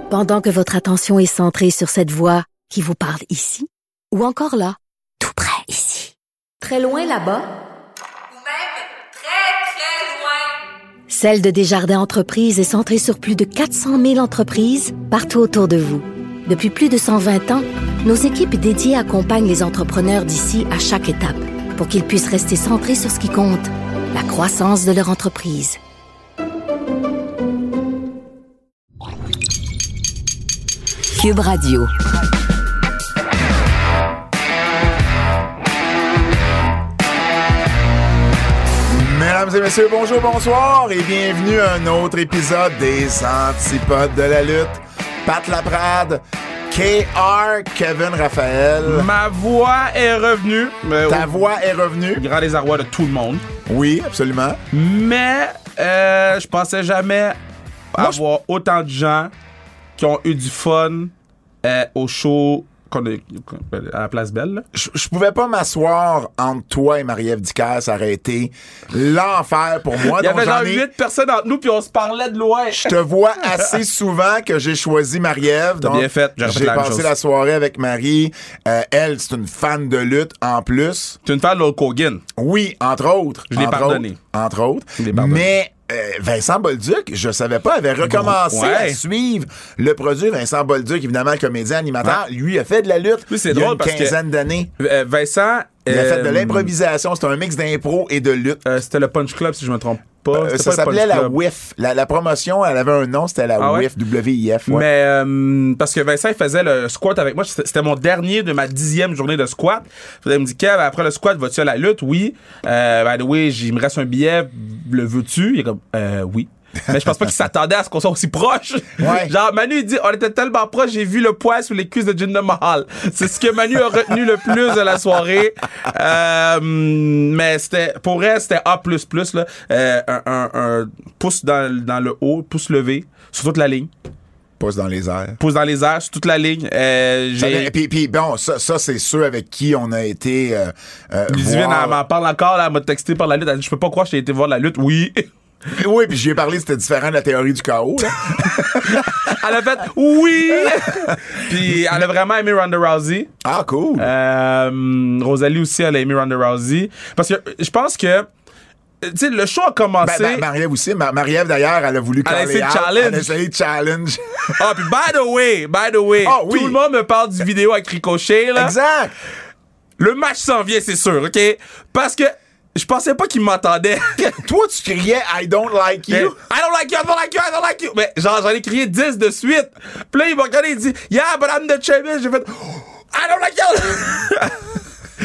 Pendant que votre attention est centrée sur cette voix qui vous parle ici, ou encore là, tout près ici, très loin là-bas, ou même très, très loin. Celle de Desjardins Entreprises est centrée sur plus de 400 000 entreprises partout autour de vous. Depuis plus de 120 ans, nos équipes dédiées accompagnent les entrepreneurs d'ici à chaque étape pour qu'ils puissent rester centrés sur ce qui compte, la croissance de leur entreprise. Cube Radio. Mesdames et messieurs, bonjour, bonsoir et bienvenue à un autre épisode des Antipodes de la lutte. Pat Laprade, KR, Kevin Raphaël. Ma voix est revenue. Ta voix est revenue. Grand désarroi de tout le monde. Oui, absolument. Mais je pensais jamais avoir autant de gens qui ont eu du fun au show à la Place Belle. Je pouvais pas m'asseoir entre toi et Marie-Ève Dicker, ça aurait été l'enfer pour moi. Il y avait genre 8 personnes entre nous puis on se parlait de loin. Je te vois assez souvent que j'ai choisi Marie-Ève. T'as bien fait. J'ai passé la soirée avec Marie. Elle, c'est une fan de lutte en plus. Tu es une fan de Hulk Hogan. Oui, entre autres. Je l'ai pardonné. Entre autres. Je l'ai pardonné. Mais Vincent Bolduc, je savais pas, avait recommencé à suivre le produit. Vincent Bolduc, évidemment, comédien, animateur, lui a fait de la lutte oui, c'est il y drôle a une quinzaine d'années. Vincent... Il a fait de l'improvisation, c'était un mix d'impro et de lutte. C'était le Punch Club, si je me trompe pas. Ça s'appelait la WIF. La promotion, elle avait un nom, c'était la WIF, W-I-F. Ouais. Mais parce que Vincent, il faisait le squat avec moi. C'était mon dernier de ma 10e journée de squat. Il me dit, Kev, après le squat, vas-tu à la lutte? Oui. By the way, il me reste un billet. Le veux-tu? Il est comme, oui. Mais je pense pas qu'il s'attendait à ce qu'on soit aussi proche. Ouais. Genre, Manu, il dit, on était tellement proches, j'ai vu le poil sous les cuisses de Jinder Mahal. C'est ce que Manu a retenu le plus de la soirée. Mais pour elle, c'était A++, là. Un pouce dans le haut, pouce levé, sur toute la ligne. Pouce dans les airs. Pouce dans les airs, sur toute la ligne. Puis bon, ça c'est ceux avec qui on a été Ludivine, elle m'en parle encore, là, elle m'a texté par la lutte. Elle dit, je peux pas croire que j'ai été voir la lutte. Oui. Oui, puis j'y ai parlé, c'était différent de la théorie du chaos. Là. Elle a fait oui! Puis elle a vraiment aimé Ronda Rousey. Ah, cool. Rosalie aussi, elle a aimé Ronda Rousey. Parce que je pense que tu sais, le show a commencé. Marie-Ève aussi. Marie-Ève, d'ailleurs, elle a voulu Elle a essayé de challenge. Elle a essayé de challenge. Ah, puis by the way, oui. tout le monde me parle du vidéo avec Ricochet, là. Exact. Le match s'en vient, c'est sûr, OK? Parce que je pensais pas qu'il m'entendait. Toi, tu criais « I don't like you ». I don't like you, I don't like you, I don't like you. Mais genre, j'en ai crié 10 de suite. Puis là, il m'a regardé, il dit « Yeah, but I'm the champion ». J'ai fait « I don't like you ».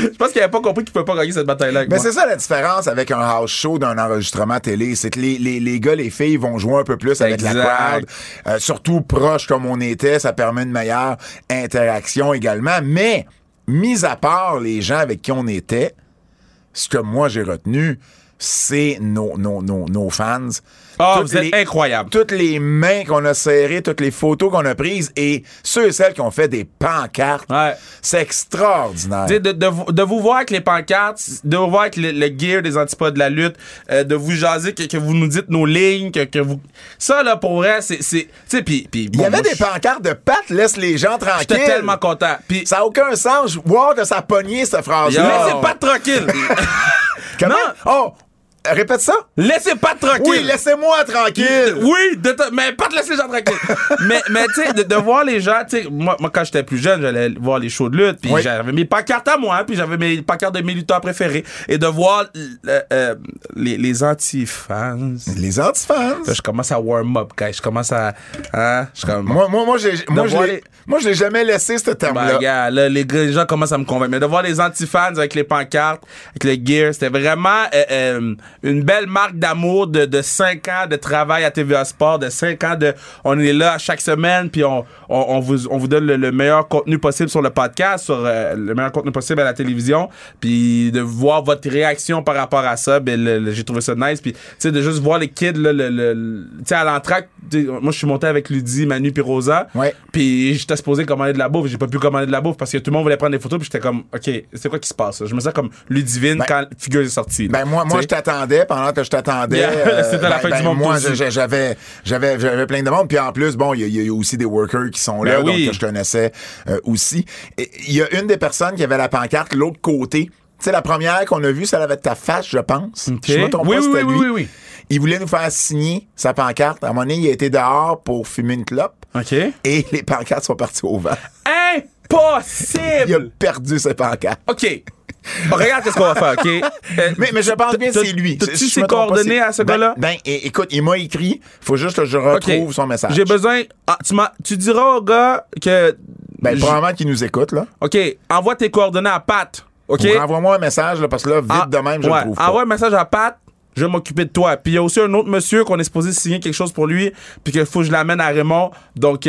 Je pense qu'il avait pas compris qu'il pouvait pas gagner cette bataille-là. Mais c'est ça la différence avec un house show d'un enregistrement télé. C'est que les gars, les filles vont jouer un peu plus avec la crowd. Surtout proche comme on était, ça permet une meilleure interaction également. Mais, mis à part les gens avec qui on était, ce que moi j'ai retenu, c'est nos fans. Ah, vous êtes incroyables. Toutes les mains qu'on a serrées, toutes les photos qu'on a prises et ceux et celles qui ont fait des pancartes. Ouais. C'est extraordinaire. De vous voir avec les pancartes, de vous voir avec le gear des Antipodes de la lutte, de vous jaser, que vous nous dites nos lignes, que vous... Ça, là, pour vrai, c'est... Tu sais, puis il y avait des pancartes de Pat, laisse les gens tranquilles. J'étais tellement content. Pis, ça n'a aucun sens. Voir de sa poignée, cette phrase-là. Laissez Pat tranquille. Comment? Oh! Répète ça. Laissez Pat tranquille. Oui, laissez-moi tranquille. Oui, mais pas de laisser les gens tranquilles. mais tu sais, de voir les gens, tu sais, moi, quand j'étais plus jeune, j'allais voir les shows de lutte, puis j'avais mes pancartes à moi, puis j'avais mes pancartes de mes lutteurs préférés. Et de voir les anti-fans. Les anti-fans. Là, je commence à warm up, guys. Je commence à... Hein, moi, je l'ai jamais laissé, ce terme-là. Gars, là, les gens commencent à me convaincre. Mais de voir les anti-fans avec les pancartes, avec le gear, c'était vraiment... une belle marque d'amour de 5 ans de travail à TVA Sport, de 5 ans de... On est là chaque semaine, puis on vous donne le meilleur contenu possible sur le podcast, sur le meilleur contenu possible à la télévision, puis de voir votre réaction par rapport à ça, ben, j'ai trouvé ça nice, puis tu sais, de juste voir les kids, là, tu sais, à l'entraque, moi, je suis monté avec Ludie, Manu, puis Rosa, puis j'étais supposé commander de la bouffe, j'ai pas pu commander de la bouffe parce que tout le monde voulait prendre des photos, puis j'étais comme, OK, c'est quoi qui se passe? Je me sens comme Ludivine quand Figure est sortie. Ben, moi je t'attendais t'attendais, pendant que je t'attendais, c'était la fin du monde. Moi, j'avais plein de monde. Puis en plus, bon, il y a aussi des workers qui sont là, donc que je connaissais aussi. Il y a une des personnes qui avait la pancarte, l'autre côté. Tu sais, la première qu'on a vue, ça avait ta face, je pense. Okay. Je me trompe pas, c'était lui. Oui. Il voulait nous faire signer sa pancarte. À un moment donné, il a été dehors pour fumer une clope. OK. Et les pancartes sont parties au vent. Impossible! Il a perdu ses pancartes. OK. Regarde ce qu'on va faire, OK? Mais je pense bien que c'est lui. T'as-tu ses coordonnées à ce gars-là? Écoute, il m'a écrit. Faut juste que je retrouve son message. J'ai besoin... tu diras au gars que... probablement qu'il nous écoute, là. OK. Envoie tes coordonnées à Pat. OK? Envoie-moi un message, là, parce que là, vite de même, je le trouve pas. Envoie un message à Pat. Je vais m'occuper de toi. Puis il y a aussi un autre monsieur qu'on est supposé signer quelque chose pour lui, puis qu'il faut que je l'amène à Raymond. Donc,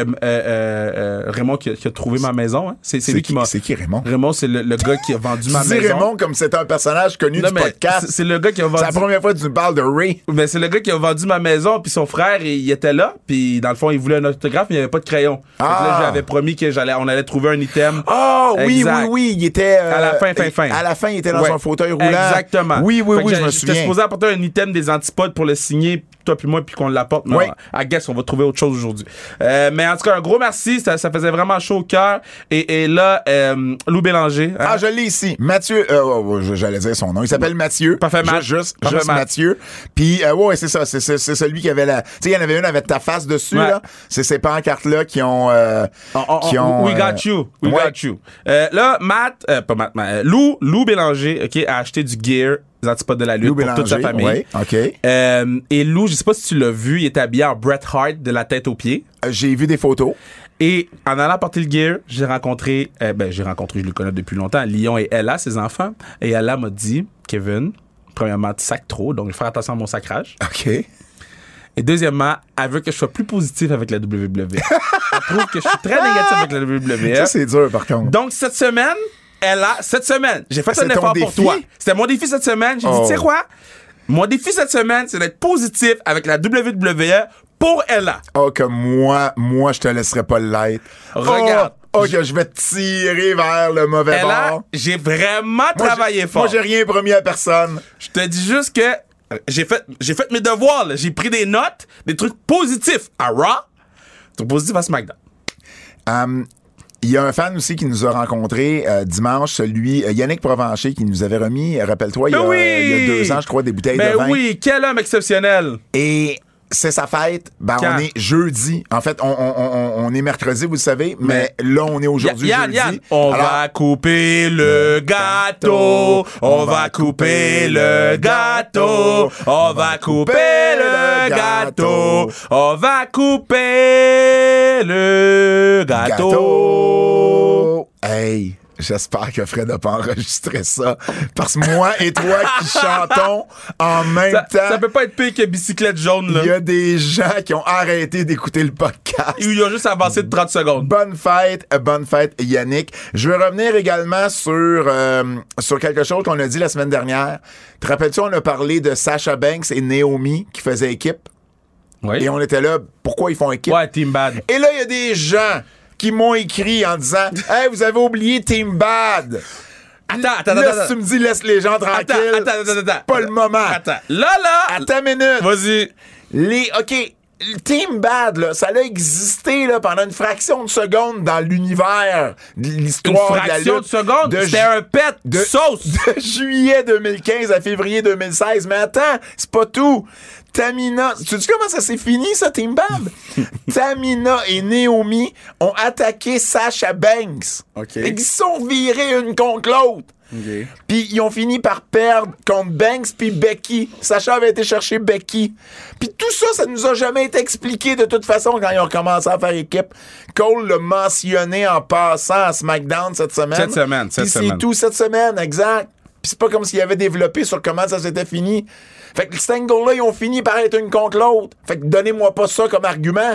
Raymond qui a trouvé ma maison. Hein. C'est lui qui m'a... C'est qui, Raymond? Raymond, c'est le gars qui a vendu ma maison. Tu dis Raymond comme c'est un personnage connu du podcast. C'est le gars qui a vendu... C'est la première fois que tu nous parles de Ray. Mais c'est le gars qui a vendu ma maison, puis son frère, il était là, puis dans le fond, il voulait un autographe, mais il n'y avait pas de crayon. Donc là, j'avais promis qu'on allait trouver un item. Oui, il était... à la fin. À la fin, il était dans son fauteuil roulant. Exactement. Oui, je me souviens. J'étais supposé apporter un item des antipodes pour le signer, toi puis moi, puis qu'on l'apporte. Non, I guess on va trouver autre chose aujourd'hui. Mais en tout cas, un gros merci. Ça faisait vraiment chaud au cœur. Et là, Lou Bélanger. Hein? Je l'ai ici. Mathieu. J'allais dire son nom. Il s'appelle Mathieu. Parfait, Juste Mathieu. Puis, c'est ça. C'est celui qui avait la... Tu sais, il y en avait une avec ta face dessus, là. C'est ces pancartes-là qui ont... We got you. We got you. Là, Lou Bélanger, OK, a acheté du gear, les antipodes de la lutte pour toute sa famille. Oui, OK. Et Lou, je sais pas si tu l'as vu, il était habillé en Bret Hart de la tête aux pieds. J'ai vu des photos. Et en allant porter le gear, j'ai rencontré, je le connais depuis longtemps, Lyon et Ella, ses enfants. Et Ella m'a dit, Kevin, premièrement, tu sacs trop, donc je vais faire attention à mon sacrage. OK. Et deuxièmement, elle veut que je sois plus positif avec la WWE. Elle trouve que je suis très négatif avec la WWE. Ça, c'est dur, par contre. Donc, cette semaine, j'ai fait un effort pour toi. C'était mon défi cette semaine. J'ai dit, tu sais quoi? Mon défi cette semaine, c'est d'être positif avec la WWE pour Ella. Que moi, je te laisserai pas l'être. Regarde. Que je vais te tirer vers le mauvais bord. J'ai vraiment travaillé fort. Moi, j'ai rien promis à personne. Je te dis juste que j'ai fait mes devoirs, là. J'ai pris des notes, des trucs positifs à Raw, des trucs positifs à SmackDown. Il y a un fan aussi qui nous a rencontrés dimanche, Yannick Provencher, qui nous avait remis, rappelle-toi, il y a 2 ans, je crois, des bouteilles de vin. Oui, quel homme exceptionnel! Et c'est sa fête. On est jeudi. En fait, on est mercredi, vous le savez, mais là, on est aujourd'hui jeudi. Yann, on va couper le gâteau. On va couper le gâteau. On va couper le gâteau. On va couper le gâteau. Hey! J'espère que Fred n'a pas enregistré ça. Parce que moi et toi qui chantons en même temps. Ça peut pas être pire que Bicyclette jaune, là. Il y a des gens qui ont arrêté d'écouter le podcast. Ils ont juste avancé de 30 secondes. Bonne fête, Yannick. Je veux revenir également sur quelque chose qu'on a dit la semaine dernière. Te rappelles-tu, on a parlé de Sasha Banks et Naomi qui faisaient équipe? Oui. Et on était là, pourquoi ils font équipe? Ouais, Team Bad. Et là, il y a des gens qui m'ont écrit en disant « Hey, vous avez oublié Team Bad! » Attends. Là, si tu me dis « Laisse les gens tranquilles », attends. pas le moment. Attends. Là. Attends une minute. Vas-y. OK, Team Bad, là, ça a existé là, pendant une fraction de seconde dans l'univers de l'histoire de la lutte. Une fraction de seconde? C'était un pet de sauce. De juillet 2015 à février 2016. Mais attends, c'est pas tout. Tamina, tu sais comment ça s'est fini, ça, Team Bad? Tamina et Naomi ont attaqué Sasha Banks. OK. Et ils sont virés une contre l'autre. Okay. Puis ils ont fini par perdre contre Banks puis Becky. Sacha avait été chercher Becky. Puis tout ça, ça nous a jamais été expliqué de toute façon quand ils ont recommencé à faire équipe. Cole l'a mentionné en passant à SmackDown cette semaine. Cette semaine. C'est tout cette semaine, exact. Puis c'est pas comme s'il avait développé sur comment ça s'était fini. Fait que cet angle-là, ils ont fini par être une contre l'autre. Fait que donnez-moi pas ça comme argument.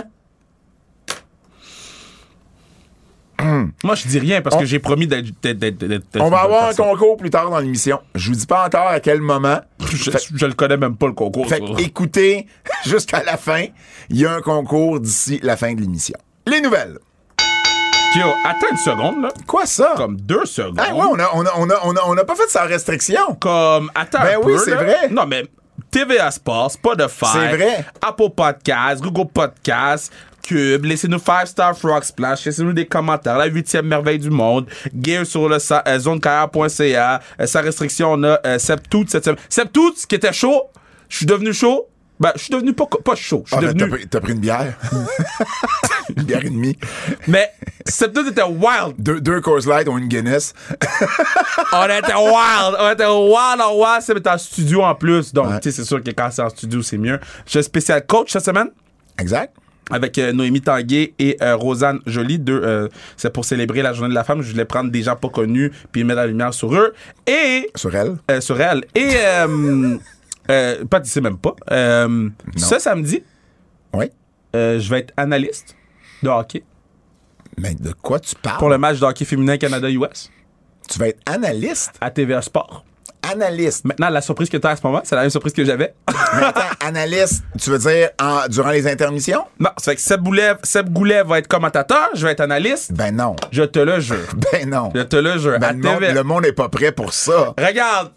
Moi, je dis rien parce que j'ai promis d'être. On va avoir un concours plus tard dans l'émission. Je vous dis pas encore à quel moment. Je le connais même pas, le concours. Fait écoutez, jusqu'à la fin, il y a un concours d'ici la fin de l'émission. Les nouvelles. Yo, attends une seconde, là. Quoi ça? Comme 2 secondes. Ah ouais, on a pas fait sans restriction. Comme, attends Ben un oui, peu, c'est là. vrai. Non, mais TVA Sports, Spotify. C'est vrai. Apple Podcasts, Google Podcasts, Cube. Laissez-nous 5-star Frog Splash. Laissez-nous des commentaires. La 8e merveille du monde. Gear sur le zonecarrière.ca. Sans restriction, on a Septout cette semaine. Septout, ce qui était chaud, je suis devenu chaud. Ben, je suis devenu pas chaud. Je suis devenu... T'as pris une bière? Une bière et demie. Mais Septout était wild. Deux Coors Light ou une Guinness. On était wild en wild. C'est en studio en plus. Donc, tu sais, c'est sûr que quand c'est en studio, c'est mieux. Je suis spécial coach cette semaine. Exact. Avec Noémie Tanguay et Rosanne Joly. C'est pour célébrer la Journée de la femme. Je voulais prendre des gens pas connus puis mettre la lumière sur eux. Et... Sur elle? Sur elle. Et... pas d'ici même pas. Ce samedi, oui. Je vais être analyste de hockey. Mais de quoi tu parles? Pour le match de hockey féminin Canada-US. Tu vas être analyste? À TVA Sport. Analyste. Maintenant, la surprise que tu as à ce moment, c'est la même surprise que j'avais. Mais attends, analyste, tu veux dire durant les intermissions? Non, ça fait que Seb Goulet va être commentateur, je vais être analyste. Ben non. Je te le jure. Ben non. Je te le jure. Ben le monde n'est pas prêt pour ça. Regarde.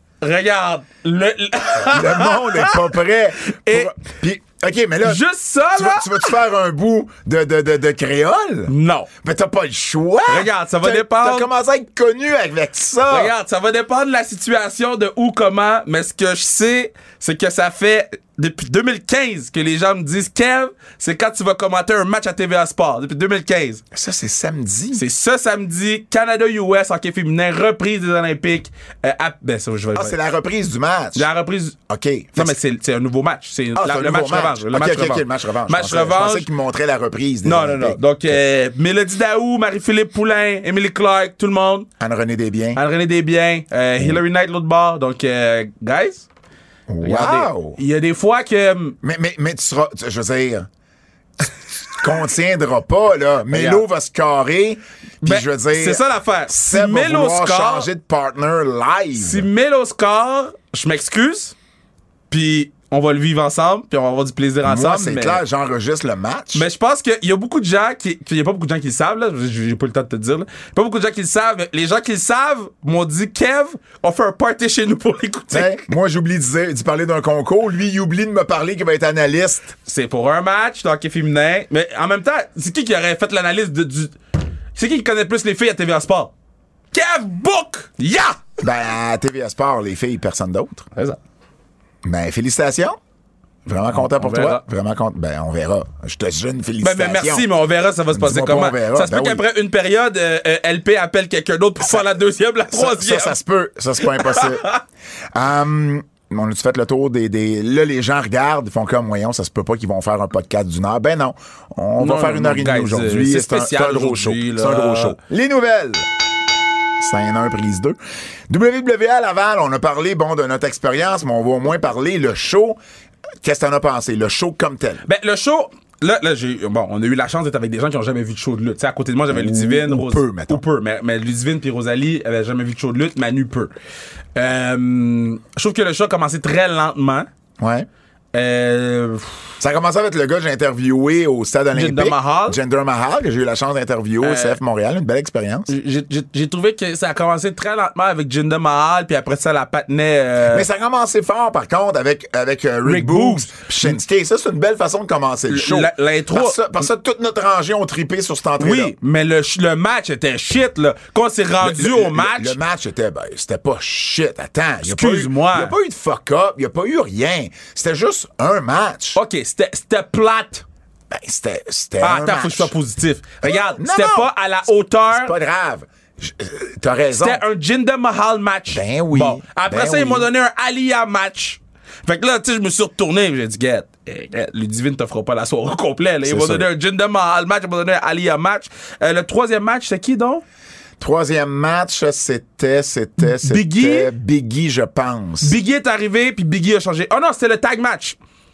Le monde n'est pas prêt. Puis, OK, mais là... Juste ça, là... Tu vas-tu faire un bout de créole? Non. Mais t'as pas le choix. Regarde, ça va dépendre... T'as commencé à être connu avec ça. Regarde, ça va dépendre de la situation, de où, comment, mais ce que je sais, c'est que ça fait... Depuis 2015 que les gens me disent « Kev, c'est quand tu vas commenter un match à TVA Sport. » Depuis 2015. Ça, c'est samedi. C'est ce samedi, Canada-US, hockey féminin, reprise des Olympiques. C'est la reprise du match. La reprise... OK. Non, mais c'est un nouveau match. C'est le match revanche. Le match revanche. Je pensais qu'il montrait la reprise des Olympiques. Non. Donc, Mélodie Daou, Marie-Philippe Poulain, Émilie Clark, tout le monde. Anne-Renée Desbiens. Hillary Knight, l'autre bord. Donc, guys... Wow! Il y a des fois que... Mais tu seras... Je veux dire... Tu contiendras pas, là. Mélo va se carrer. Puis je veux dire... C'est ça l'affaire. Si Mélo score... changer de partner live. Si Mélo score, je m'excuse. Puis... On va le vivre ensemble, puis on va avoir du plaisir ensemble. Moi, c'est clair, j'enregistre le match. Mais je pense qu'il y a beaucoup de gens il y a pas beaucoup de gens qui le savent, là. J'ai pas le temps de te dire, là. Il y a pas beaucoup de gens qui le savent. Les gens qui le savent m'ont dit, Kev, on fait un party chez nous pour l'écouter. Moi, j'oublie d'y parler d'un concours. Lui, il oublie de me parler qu'il va être analyste. C'est pour un match de hockey féminin. Mais en même temps, c'est qui aurait fait l'analyse c'est qui connaît plus les filles à TVA Sport? Kev Book! Yeah! Ben, à TVA Sport, les filles, personne d'autre. C'est ça. Ben, félicitations. Vraiment content pour toi. Vraiment content. Ben, on verra. Je te souhaite une félicitation. Ben, merci, mais on verra, ça va se passer comment. Ça se peut qu'après une période, LP appelle quelqu'un d'autre pour faire la deuxième, la troisième. Ça se peut. Ça, c'est pas impossible. On a-tu fait le tour des... Là, les gens regardent, ils font comme, voyons, ça se peut pas qu'ils vont faire un podcast d'une heure. Ben non. On va faire une heure et demie aujourd'hui. C'est spécial. C'est un gros show. C'est un gros show. Les nouvelles. 5-1, prise 2. WWA Laval, on a parlé, de notre expérience, mais on va au moins parler le show. Qu'est-ce que t'en as pensé? Le show comme tel. Ben, le show... Là, on a eu la chance d'être avec des gens qui ont jamais vu de show de lutte. T'sais, à côté de moi, j'avais Ludivine, mais Ludivine puis Rosalie avaient jamais vu de show de lutte, Manu peu. Je trouve que le show a commencé très lentement. Ouais. Ça a commencé avec le gars que j'ai interviewé au Stade olympique. Jinder Mahal, que j'ai eu la chance d'interviewer au CF Montréal. Une belle expérience. J'ai trouvé que ça a commencé très lentement avec Jinder Mahal, puis après ça, la patinait... Mais ça a commencé fort, par contre, avec Rick Boogs puis Shinsuke. Ça, c'est une belle façon de commencer le show. L'intro... Par ça, toute notre rangée ont trippé sur cette entrée-là. Oui, mais le match était shit, là. Quand on s'est rendu au match... Le match était... c'était pas shit. Attends. Excuse-moi. Il n'y a pas eu de fuck-up. Il n'y a pas eu rien. C'était juste un match. OK, c'était plate. Ben, c'était attends, faut que je sois positif. Regarde, c'était pas à la hauteur. C'est pas grave. T'as raison. C'était un Jinder Mahal match. Ben oui. Bon. Après ça, ils m'ont donné un Aliyah match. Fait que là, tu sais, je me suis retourné et j'ai dit, Ludivine te fera pas la soirée au complet. Là. Ils m'ont donné un Jinder Mahal match, ils m'ont donné un Aliyah match. Le troisième match, c'est qui donc? Troisième match, c'était Biggie, je pense. Biggie est arrivé, puis Biggie a changé. Oh non, c'était le tag match.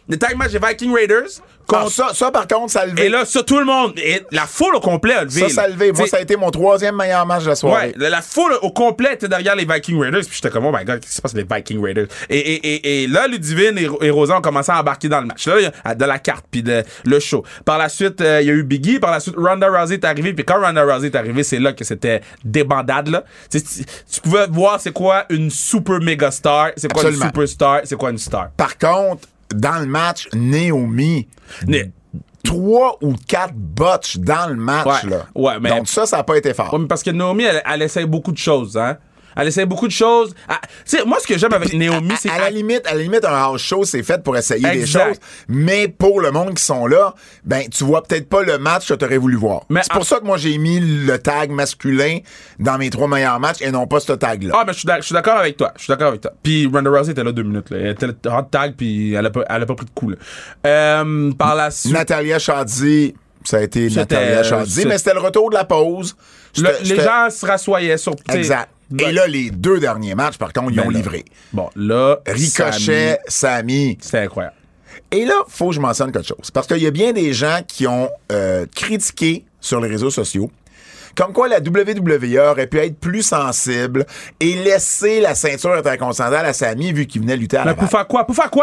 Le tag match des Viking Raiders. Ça, par contre, ça a levé. Et là, ça, tout le monde, et la foule au complet a levé. Ça a levé. Moi, ça a été mon 3e meilleur match de la soirée. Ouais, la foule au complet était derrière les Viking Raiders. Puis j'étais comme, oh my God, qu'est-ce qui se passe les Viking Raiders? Et là, Ludivine et Rosa ont commencé à embarquer dans le match. Là, de la carte, puis le show. Par la suite, il y a eu Biggie. Par la suite, Ronda Rousey est arrivée. Puis quand Ronda Rousey est arrivée, c'est là que c'était débandade, là. Tu pouvais voir c'est quoi une super méga star, c'est quoi une superstar, c'est quoi une star. Par contre, dans le match, Naomi... 3 ou 4 botches dans le match, là. Ouais, mais donc ça n'a pas été fort. Ouais, mais parce que Naomi, elle essaie beaucoup de choses, hein. Elle essaie beaucoup de choses. Tu sais, moi, ce que j'aime avec Naomi, c'est à la limite, un house show, c'est fait pour essayer des choses. Mais pour le monde qui sont là, ben, tu vois peut-être pas le match que tu aurais voulu voir. C'est pour ça que moi, j'ai mis le tag masculin dans mes 3 meilleurs matchs et non pas ce tag-là. Ah, mais je suis d'accord avec toi. Puis Ronda Rousey était là 2 minutes, là. Elle était hot tag, puis elle a pas pris de coup, là. Par la suite. Natalia Shadzi, ça a été Natalia Shadzi, mais c'était le retour de la pause. Les gens se rassoyaient sur. Exact. Et là, les 2 derniers matchs, par contre, ils ont livré. Bon, là, Ricochet, Sami. C'était incroyable. Et là, faut que je mentionne quelque chose. Parce qu'il y a bien des gens qui ont critiqué sur les réseaux sociaux comme quoi la WWE aurait pu être plus sensible et laisser la ceinture intercontinentale à Sami vu qu'il venait lutter à la pour faire quoi?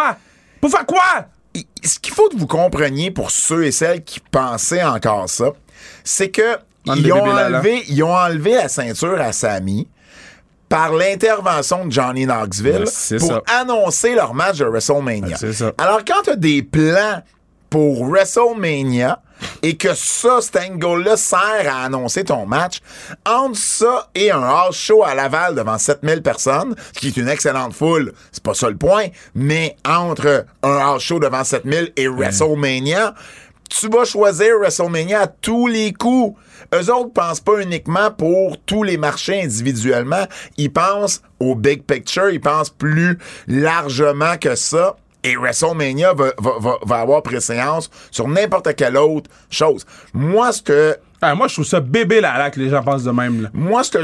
Ce qu'il faut que vous compreniez pour ceux et celles qui pensaient encore ça, c'est que ils ont enlevé la ceinture à Sami par l'intervention de Johnny Knoxville pour annoncer leur match de WrestleMania. Alors, quand tu as des plans pour WrestleMania et que cet angle-là sert à annoncer ton match, entre ça et un house show à Laval devant 7000 personnes, ce qui est une excellente foule, c'est pas ça le point, mais entre un house show devant 7000 et WrestleMania, tu vas choisir WrestleMania à tous les coups. Eux autres pensent pas uniquement pour tous les marchés individuellement. Ils pensent au big picture. Ils pensent plus largement que ça. Et WrestleMania va avoir préséance sur n'importe quelle autre chose. Moi, moi, je trouve ça bébé, là, que les gens pensent de même, là. Moi, ce que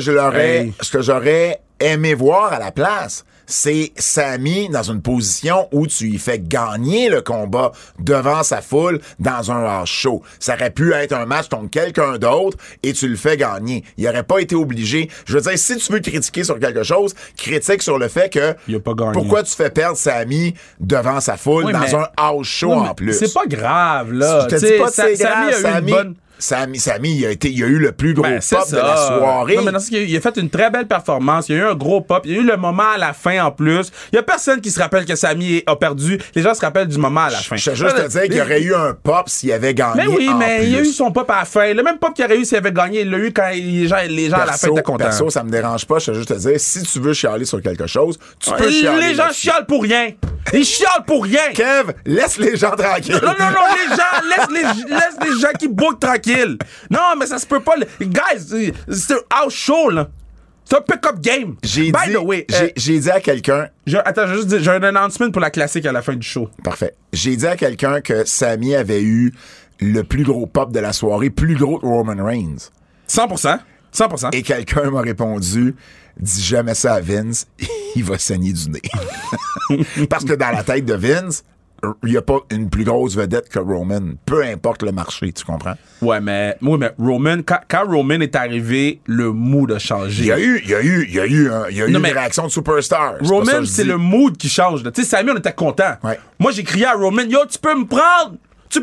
j'aurais aimé voir à la place, c'est Sami dans une position où tu y fais gagner le combat devant sa foule dans un house show. Ça aurait pu être un match contre quelqu'un d'autre et tu le fais gagner. Il aurait pas été obligé. Je veux dire, si tu veux critiquer sur quelque chose, critique sur le fait que il a pas gagné. Pourquoi tu fais perdre Sami devant sa foule dans un house show en plus. C'est pas grave, là. Je te dis pas que c'est grave, Sami a eu une bonne... Sami, il a eu le plus gros pop de la soirée. Non, mais il a fait une très belle performance. Il y a eu un gros pop. Il y a eu le moment à la fin en plus. Il y a personne qui se rappelle que Sami a perdu. Les gens se rappellent du moment à la fin. Je veux juste te dire qu'il y aurait eu un pop s'il avait gagné. Mais oui, mais il y a eu son pop à la fin. Le même pop qu'il aurait eu s'il avait gagné, il l'a eu quand les gens à la fin étaient contents. Perso, ça me dérange pas. Je veux juste te dire, si tu veux chialer sur quelque chose, tu peux chialer. Les gens chialent pour rien. Ils chialent pour rien. Kev, laisse les gens tranquilles. Non, les gens, laisse les gens qui bookent tranquilles. Non, mais ça se peut pas. Guys, c'est un house show, là. C'est un pick-up game. J'ai dit à quelqu'un... Attends, je vais juste dire, j'ai un announcement pour la classique à la fin du show. Parfait. J'ai dit à quelqu'un que Sami avait eu le plus gros pop de la soirée, plus gros que Roman Reigns. 100%. Et quelqu'un m'a répondu, dis jamais ça à Vince, il va saigner du nez. Parce que dans la tête de Vince, il n'y a pas une plus grosse vedette que Roman. Peu importe le marché, tu comprends? Ouais, mais Roman, quand Roman est arrivé, le mood a changé. Il y a eu une réaction de superstar. Roman, c'est le mood qui change. Tu sais, Sami, on était content. Ouais. Moi, j'ai crié à Roman, yo, tu peux me prendre,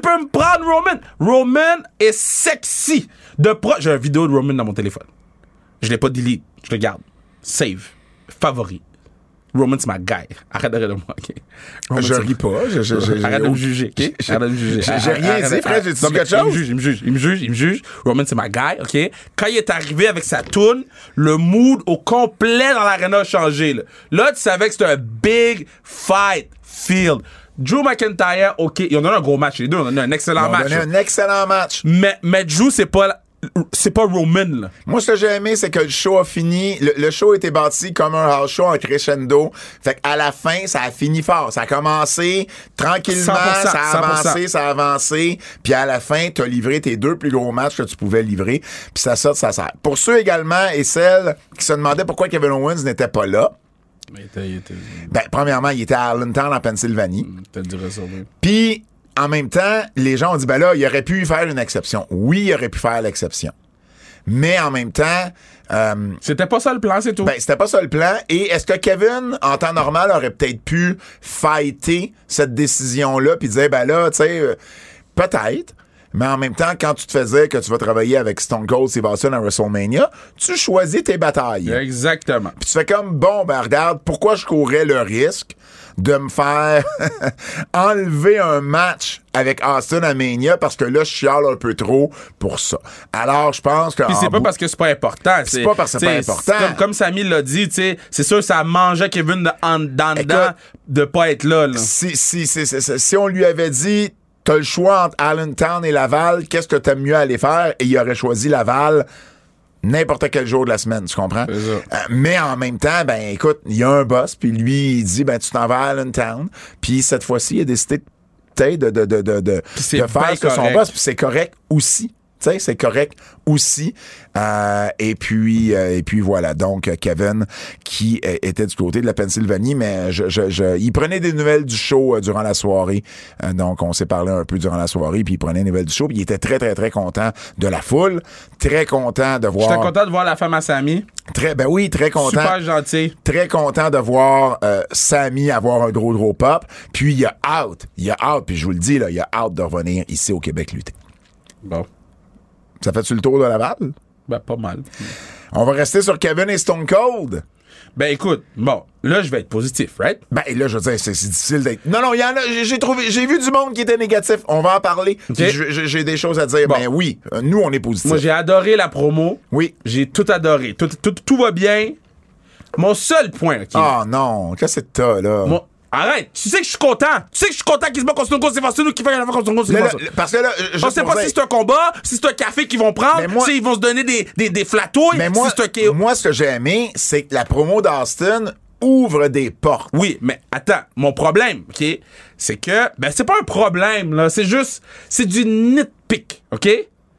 Roman. Roman est sexy. J'ai une vidéo de Roman dans mon téléphone. Je l'ai pas delete. Je le garde. Save. Favori. Roman, c'est ma guy. Arrête de rire de moi, OK? Roman, je ris pas. Arrête de me juger, OK? Arrête de me juger. J'ai rien dit, frère. J'ai dit quelque chose. Il me juge. Roman, c'est ma guy, OK? Quand il est arrivé avec sa toune, le mood au complet dans l'arena a changé. Là, tu savais que c'était un big fight field. Drew McIntyre, OK, ils ont donné un gros match. Les deux ont donné un excellent match. Ils ont donné un excellent match. Mais Drew, c'est pas Roman, là. Moi, ce que j'ai aimé, c'est que le show a fini. Le show a été bâti comme un house show en crescendo. Fait qu'à la fin, ça a fini fort. Ça a commencé tranquillement, 100%, ça a avancé. Puis à la fin, t'as livré tes 2 plus gros matchs que tu pouvais livrer. Puis ça sert. Pour ceux également et celles qui se demandaient pourquoi Kevin Owens n'était pas là, Il était... Ben, premièrement, il était à Allentown, en Pennsylvanie. T'as dit ça, oui. Puis, en même temps, les gens ont dit, ben là, il aurait pu faire une exception. Oui, il aurait pu faire l'exception. Mais en même temps... c'était pas ça le plan, c'est tout. Ben, c'était pas ça le plan. Et est-ce que Kevin, en temps normal, aurait peut-être pu fighter cette décision-là puis dire, ben là, tu sais, peut-être. Mais en même temps, quand tu te faisais que tu vas travailler avec Stone Cold Steve Austin à WrestleMania, tu choisis tes batailles. Exactement. Puis tu fais comme, bon, ben regarde, pourquoi je courais le risque de me faire enlever un match avec Austin à Mania parce que là, je chiale un peu trop pour ça. Alors, je pense que... Puis c'est pas parce que c'est pas important. C'est pas parce que c'est pas important. Comme Samy l'a dit, c'est sûr que ça mangeait Kevin dedans de pas être là. Si on lui avait dit... T'as le choix entre Allentown et Laval, qu'est-ce que t'aimes mieux aller faire? Et il aurait choisi Laval n'importe quel jour de la semaine, tu comprends? Mais en même temps, ben écoute, il y a un boss, puis lui, il dit, ben tu t'en vas à Allentown, puis cette fois-ci, il a décidé peut-être de faire ce que son boss, puis c'est correct aussi. Tu sais, c'est correct aussi. Et puis voilà. Donc, Kevin, qui était du côté de la Pennsylvanie, mais il prenait des nouvelles du show durant la soirée. Donc, on s'est parlé un peu durant la soirée, puis il prenait des nouvelles du show, puis il était très, très, très content de la foule. Très content de voir... J'étais content de voir la femme à Samy. Ben oui, très content. Super gentil. Très content de voir Samy avoir un gros pop. Puis il a hâte, puis je vous le dis, là, il a hâte de revenir ici au Québec lutter. Bon. Ça fait-tu le tour de Laval? Ben, pas mal. On va rester sur Kevin et Stone Cold. Ben, écoute, bon, là, je vais être positif, right? Ben, là, je veux dire, c'est difficile d'être... Non, il y en a... J'ai vu du monde qui était négatif. On va en parler. Okay. J'ai des choses à dire. Bon. Ben oui, nous, on est positifs. Moi, j'ai adoré la promo. Oui. J'ai tout adoré. Tout va bien. Mon seul point, OK? Ah non, qu'est-ce que t'as, là? Arrête! Tu sais que je suis content! Tu sais que je suis content qu'il se bat contre Stone Cold Steve Austin ou qu'il fait la contre Stone Cold Steve Austin. Parce que là, on sait pas si c'est un combat, si c'est un café qu'ils vont prendre, si ils vont se donner des flatouilles, mais moi, si c'est un... Moi, ce que j'ai aimé, c'est que la promo d'Austin ouvre des portes. Oui, mais attends, mon problème, OK, c'est que, ben c'est pas un problème, là, c'est juste, c'est du nitpick, OK?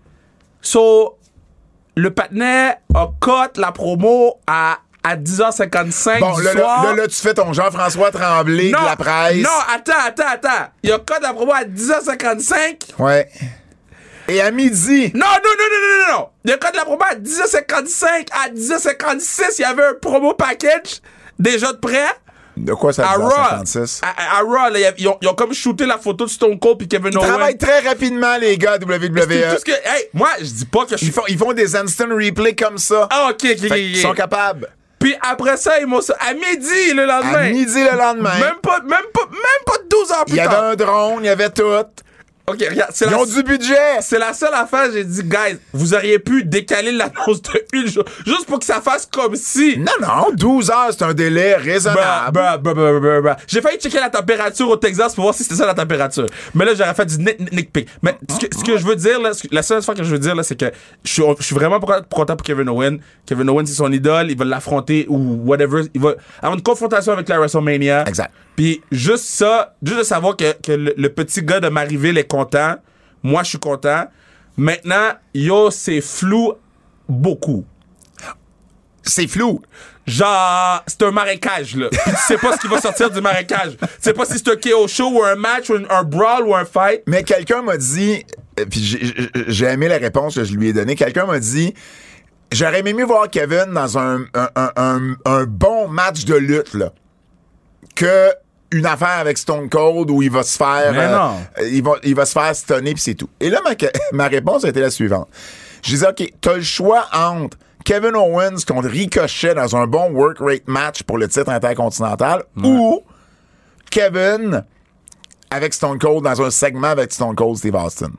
So, le patinet a cut la promo à 10h55 bon, du soir. Là, tu fais ton Jean-François Tremblay de la presse. Non, attends. Il a cut la promo à 10h55. Ouais. Et à midi. Non. Il a cut la promo à 10h55. À 10h56, il y avait un promo package déjà de prêt. De quoi ça, 10h56? À Raw, là, ils ont comme shooté la photo de Stone Cold puis Kevin Owens. Ils travaillent très rapidement, les gars, WWE. Moi, je dis pas que ils font des instant replays comme ça. Ah, OK. Ils sont capables. Puis après ça, ils m'ont... À midi le lendemain. À midi le lendemain. Même pas 12 heures plus tard. Il y avait un drone, il y avait tout. OK, regarde. Ils ont du budget. C'est la seule affaire, j'ai dit, guys, vous auriez pu décaler l'annonce de une jour, juste pour que ça fasse comme si... Non, 12 heures, c'est un délai raisonnable. J'ai failli checker la température au Texas pour voir si c'était ça la température. Mais là, j'aurais fait du nitpick. Mais ce que je veux dire, là, la seule fois que je veux dire, là, c'est que je suis vraiment content pour Kevin Owens. Kevin Owens, c'est son idole, il va l'affronter ou whatever. Il va avoir une confrontation avec la WrestleMania. Exact. Puis juste ça, juste de savoir que le petit gars de Marieville est content. Moi, je suis content. Maintenant, c'est flou beaucoup. C'est flou. Genre, c'est un marécage, là. Puis tu sais pas ce qui va sortir du marécage. Tu sais pas si c'est un KO show ou un match ou un brawl ou un fight. Mais quelqu'un m'a dit, puis j'ai aimé la réponse que je lui ai donnée, quelqu'un m'a dit, j'aurais aimé mieux voir Kevin dans un bon match de lutte, là, que une affaire avec Stone Cold où il va se faire... il va se faire stunner, puis c'est tout. Et là, ma réponse a été la suivante. Je disais, OK, t'as le choix entre Kevin Owens contre Ricochet dans un bon work rate match pour le titre intercontinental ou Kevin avec Stone Cold dans un segment avec Stone Cold Steve Austin.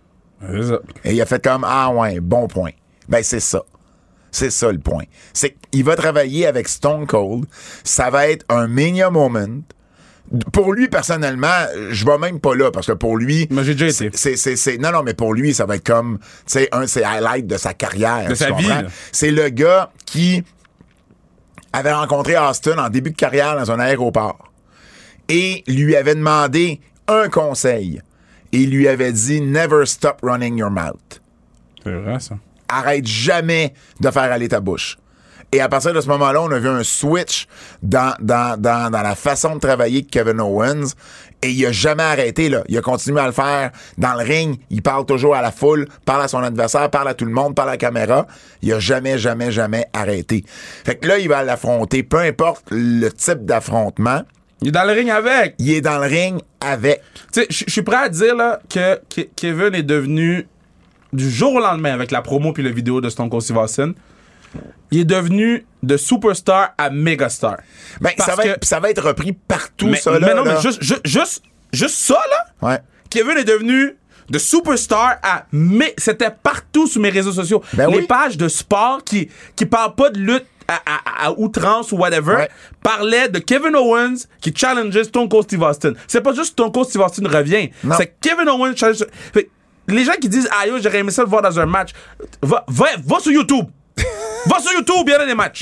Et il a fait comme, ah ouais, bon point. Ben, c'est ça. C'est ça le point. C'est qu'il va travailler avec Stone Cold. Ça va être un Mania moment. Pour lui, personnellement, je vais même pas là, parce que pour lui... Mais j'ai déjà été. Non, mais pour lui, ça va être comme, tu sais, un de ses highlights de sa carrière. De sa vie, là. C'est le gars qui avait rencontré Austin en début de carrière dans un aéroport et lui avait demandé un conseil. Et il lui avait dit « Never stop running your mouth ». C'est vrai, ça. Arrête jamais de faire aller ta bouche. Et à partir de ce moment-là, on a vu un switch dans la façon de travailler de Kevin Owens. Et il a jamais arrêté, là. Il a continué à le faire dans le ring. Il parle toujours à la foule, parle à son adversaire, parle à tout le monde, parle à la caméra. Il a jamais arrêté. Fait que là, il va l'affronter. Peu importe le type d'affrontement. Il est dans le ring avec. Il est dans le ring avec. Tu sais, je suis prêt à dire là que Kevin est devenu, du jour au lendemain, avec la promo puis la vidéo de Stone Cold Steve Austin, il est devenu de superstar à mégastar. Ben, ça va être repris partout, mais, ça, là. Mais non, là. mais juste ça, là. Ouais. Kevin est devenu de superstar à... Mais c'était partout sur mes réseaux sociaux. Ben les oui. pages de sport qui parlent pas de lutte à outrance ou whatever, Ouais. parlaient de Kevin Owens qui challengeait Stone Cold Steve Austin. C'est pas juste Stone Cold Steve Austin revient. Non. C'est Kevin Owens challenge... Fait, les gens qui disent « Ah yo, j'aurais aimé ça le voir dans un match », va sur YouTube. Va sur YouTube, il y a des matchs.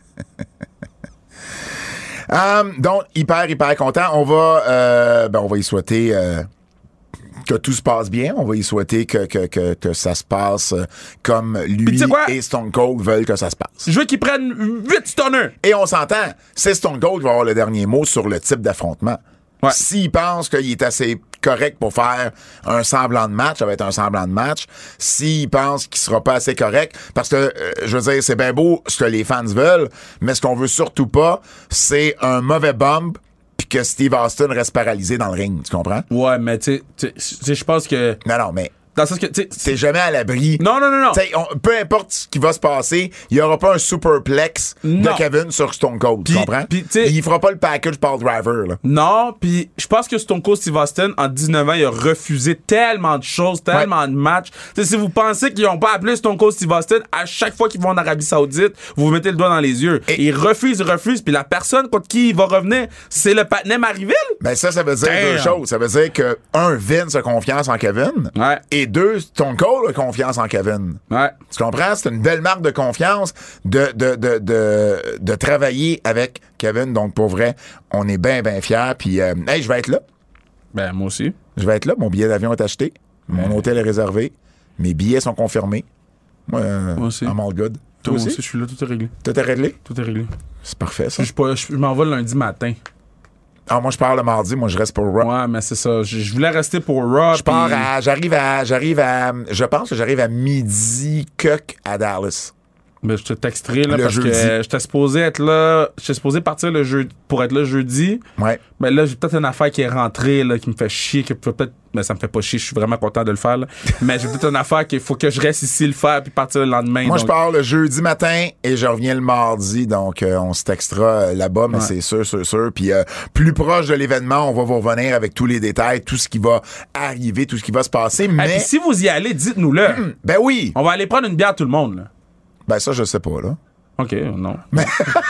Donc, hyper content. On va y souhaiter que tout se passe bien. On va y souhaiter que ça se passe comme lui et Stone Cold veulent que ça se passe. Je veux qu'ils prennent 8 stunners. Et on s'entend, c'est Stone Cold qui va avoir le dernier mot sur le type d'affrontement. Ouais. S'il pense qu'il est assez correct pour faire un semblant de match, ça va être un semblant de match. S'il pense qu'il sera pas assez correct, parce que, je veux dire, c'est bien beau ce que les fans veulent, mais ce qu'on veut surtout pas, c'est un mauvais bump puis que Steve Austin reste paralysé dans le ring. Tu comprends? Ouais, mais tu sais, je pense que... Non, mais... Dans le sens que, tu sais... T'es jamais à l'abri. Non. T'sais, peu importe ce qui va se passer, il y aura pas un superplex de Kevin sur Stone Cold, tu comprends? Il fera pas le package Paul Driver, là. Non, puis je pense que Stone Cold Steve Austin, en 19 ans, il a refusé tellement de choses, tellement de matchs. T'sais, si vous pensez qu'ils ont pas appelé Stone Cold Steve Austin, à chaque fois qu'ils vont en Arabie Saoudite, vous mettez le doigt dans les yeux. Et il refuse, puis la personne contre qui il va revenir, c'est le patinet Marieville. Ben ça veut dire deux choses. Ça veut dire que, un, Vince a confiance en Kevin. Ouais. Et deux, Stone Cold a confiance en Kevin. Ouais. Tu comprends? C'est une belle marque de confiance de travailler avec Kevin. Donc, pour vrai, on est bien fiers. Puis, je vais être là. Ben, moi aussi. Je vais être là. Mon billet d'avion est acheté. Mon hôtel est réservé. Mes billets sont confirmés. Moi aussi. I'm all good. Toi aussi? Je suis là, tout est réglé. Tout est réglé? Tout est réglé. C'est parfait, ça. Je m'en vais le lundi matin. Ah, moi, je pars le mardi. Moi, je reste pour Raw. Ouais, mais c'est ça. Je voulais rester pour Raw. Je pense que j'arrive à midi à Dallas. Ben, je te texterai, là, le parce jeudi. que j'étais supposé être là. J'étais supposé partir le jeudi pour être là jeudi. Ouais. Mais là, j'ai peut-être une affaire qui est rentrée, là, qui me fait chier, que peut-être. Mais ça me fait pas chier, je suis vraiment content de le faire, là. Mais j'ai peut-être une affaire qu'il faut que je reste ici le faire puis partir le lendemain. Moi, je pars le jeudi matin et je reviens le mardi. Donc, on se textera là-bas, mais c'est sûr. Puis, plus proche de l'événement, on va vous revenir avec tous les détails, tout ce qui va arriver, tout ce qui va se passer. Mais puis si vous y allez, dites-nous-le. Ben oui. On va aller prendre une bière tout le monde, là. Ben ça, je sais pas, là. OK, non. Mais...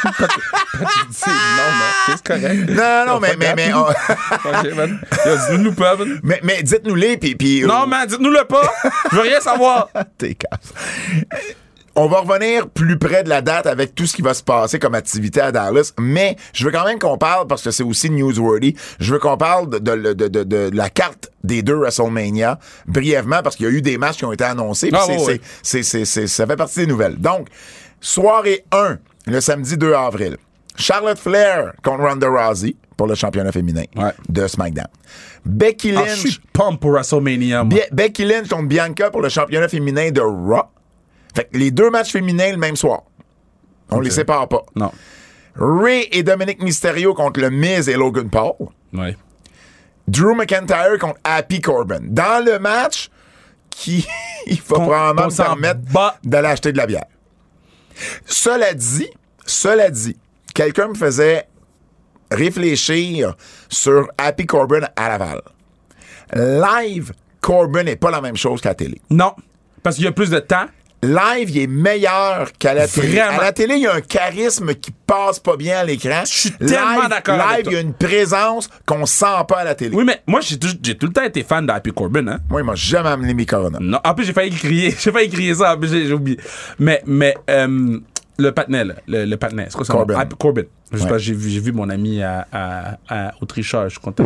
c'est correct. Non, mais... OK, man. Dites-nous pas, man. Mais dites-nous-les, puis... Non, man, dites-nous-le pas. Je veux rien savoir. T'es casse. On va revenir plus près de la date avec tout ce qui va se passer comme activité à Dallas, mais je veux quand même qu'on parle, parce que c'est aussi newsworthy, je veux qu'on parle de la carte des deux WrestleMania brièvement, parce qu'il y a eu des matchs qui ont été annoncés, puis ça fait partie des nouvelles. Donc, soirée 1, le samedi 2 avril. Charlotte Flair contre Ronda Rousey pour le championnat féminin de SmackDown. Becky Lynch... je suis pumped pour WrestleMania, moi. Becky Lynch contre Bianca pour le championnat féminin de Raw. Fait que les deux matchs féminins le même soir. On les sépare pas. Non. Rey et Dominic Mysterio contre le Miz et Logan Paul. Ouais. Drew McIntyre contre Happy Corbin. Dans le match qui il va probablement me permettre d'aller acheter de la bière. Cela dit, quelqu'un me faisait réfléchir sur Happy Corbin à Laval. Live, Corbin n'est pas la même chose qu'à la télé. Non, parce qu'il y a plus de temps. Live, il est meilleur qu'à la télé. Vraiment. À la télé, il y a un charisme qui passe pas bien à l'écran. Je suis tellement d'accord avec Live, toi. il y a une présence qu'on sent pas à la télé. Oui, mais moi, j'ai tout le temps été fan d'Happy Corbin, hein. Moi, il m'a jamais amené mes Corona. Non, en plus, j'ai failli crier ça, en plus, j'ai oublié. Mais le patinet, là, le patinet, c'est quoi ça? Corbin. Happy Corbin. Je sais pas, j'ai vu mon ami au tricheur, je suis content.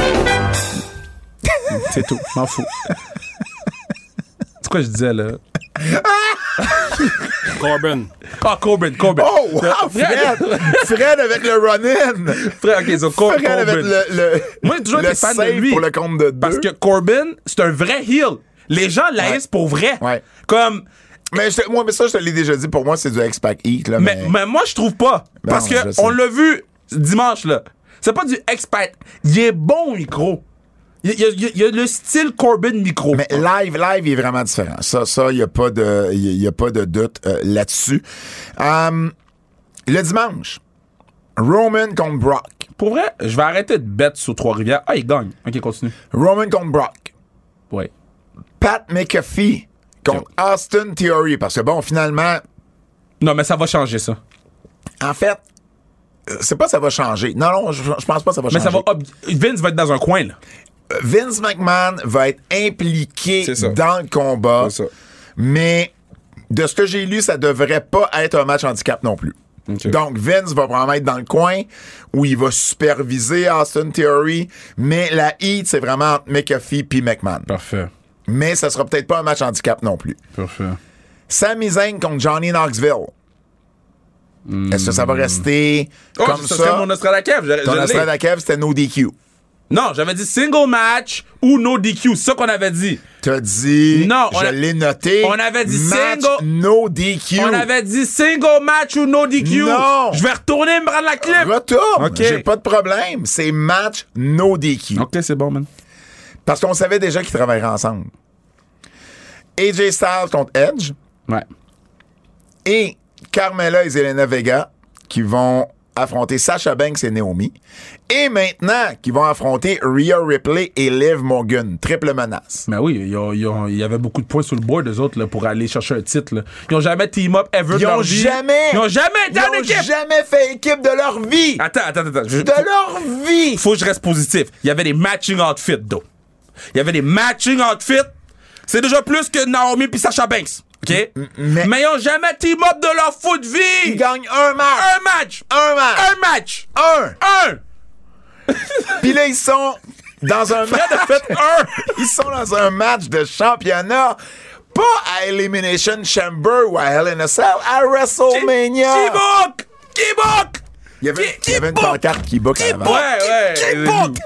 C'est tout, m'en fous. C'est quoi je disais, là? Corbin. Ah, Corbin. Oh, wow, Fred avec le run-in. Fred, OK, so Fred Corbin. avec le Moi, j'ai toujours été fan de save lui. pour le compte de 2. Parce que Corbin, c'est un vrai heel. Les gens l'haïssent pour vrai. Ouais. Comme... Mais ça, je te l'ai déjà dit, pour moi, c'est du X-Pac Heat. Là, Mais moi, je trouve pas. Ben Parce non, je que sais. on l'a vu dimanche, là. C'est pas du expert. Il est bon au micro. Il y a le style Corbin micro. Mais live, il est vraiment différent. Ça, il n'y a pas de doute là-dessus. Le dimanche, Roman contre Brock. Pour vrai, je vais arrêter de bet sur Trois-Rivières. Ah, il gagne. OK, continue. Roman contre Brock. Ouais. Pat McAfee contre Austin Theory. Parce que bon, finalement, Non, mais ça va changer, ça. en fait, c'est pas ça va changer. Non, je pense pas que ça va Mais changer. ça va... Vince va être dans un coin, là. Vince McMahon va être impliqué C'est ça. dans le combat. C'est ça. Mais de ce que j'ai lu, ça devrait pas être un match handicap non plus. OK. Donc, Vince va probablement être dans le coin où il va superviser Austin Theory, mais la heat, c'est vraiment entre McAfee puis McMahon. Parfait. Mais ça sera peut-être pas un match handicap non plus. Parfait. Sami Zayn contre Johnny Knoxville. Est-ce que ça va rester comme ça serait ça? mon Nostradakev. Ton Nostradakev, c'était no DQ. Non, j'avais dit single match ou no DQ. C'est ça qu'on avait dit. T'as dit, Non, je l'ai noté. on avait dit match single- no DQ. On avait dit single match ou no DQ. Non. Je vais retourner me prendre la clip. Retourne, OK. j'ai pas de problème. C'est match no DQ. OK, c'est bon, man. Parce qu'on savait déjà qu'ils travailleraient ensemble. AJ Styles contre Edge Ouais. et Carmella et Zelina Vega qui vont affronter Sasha Banks et Naomi. Et maintenant, qui vont affronter Rhea Ripley et Liv Morgan. Triple menace. Mais oui, il y avait beaucoup de points sur le board, eux autres, là, pour aller chercher un titre. Là. Ils ont jamais team up ever de Ils leur ont vie. jamais... Ils ont jamais été en Ils ont équipe. jamais fait équipe de leur vie. Attends. De leur vie. Faut que je reste positif. Il y avait des matching outfits, though. Il y avait des matching outfits. C'est déjà plus que Naomi puis Sasha Banks. OK? Mais ils ont jamais team up de leur foot vie. Ils gagnent un match. Un match. Un match. Un. Puis là, ils sont dans un match. a fait un. Ils sont dans un match de championnat. Pas à Elimination Chamber ou à Hell in a Cell, à WrestleMania. Qui book? Il y avait une pancarte qui book avant. Ouais. Qui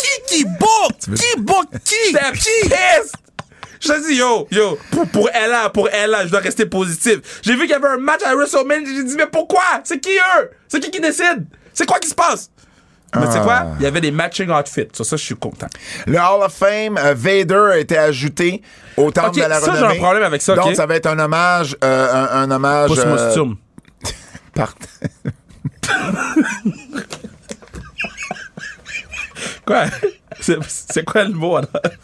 book? J'étais pisse. Je te dis, yo, pour Ella, je dois rester positif. J'ai vu qu'il y avait un match à WrestleMania, j'ai dit, mais pourquoi? C'est qui eux? C'est qui décide? C'est quoi qui se passe? Mais tu sais quoi? Il y avait des matching outfits. Sur ça, je suis content. Le Hall of Fame, Vader a été ajouté au temple Ok, de la ça, renommée. j'ai un problème avec ça, Donc, ok. ça va être un hommage... un hommage... Post-Mostum. par- Quoi? C'est quoi le mot, alors?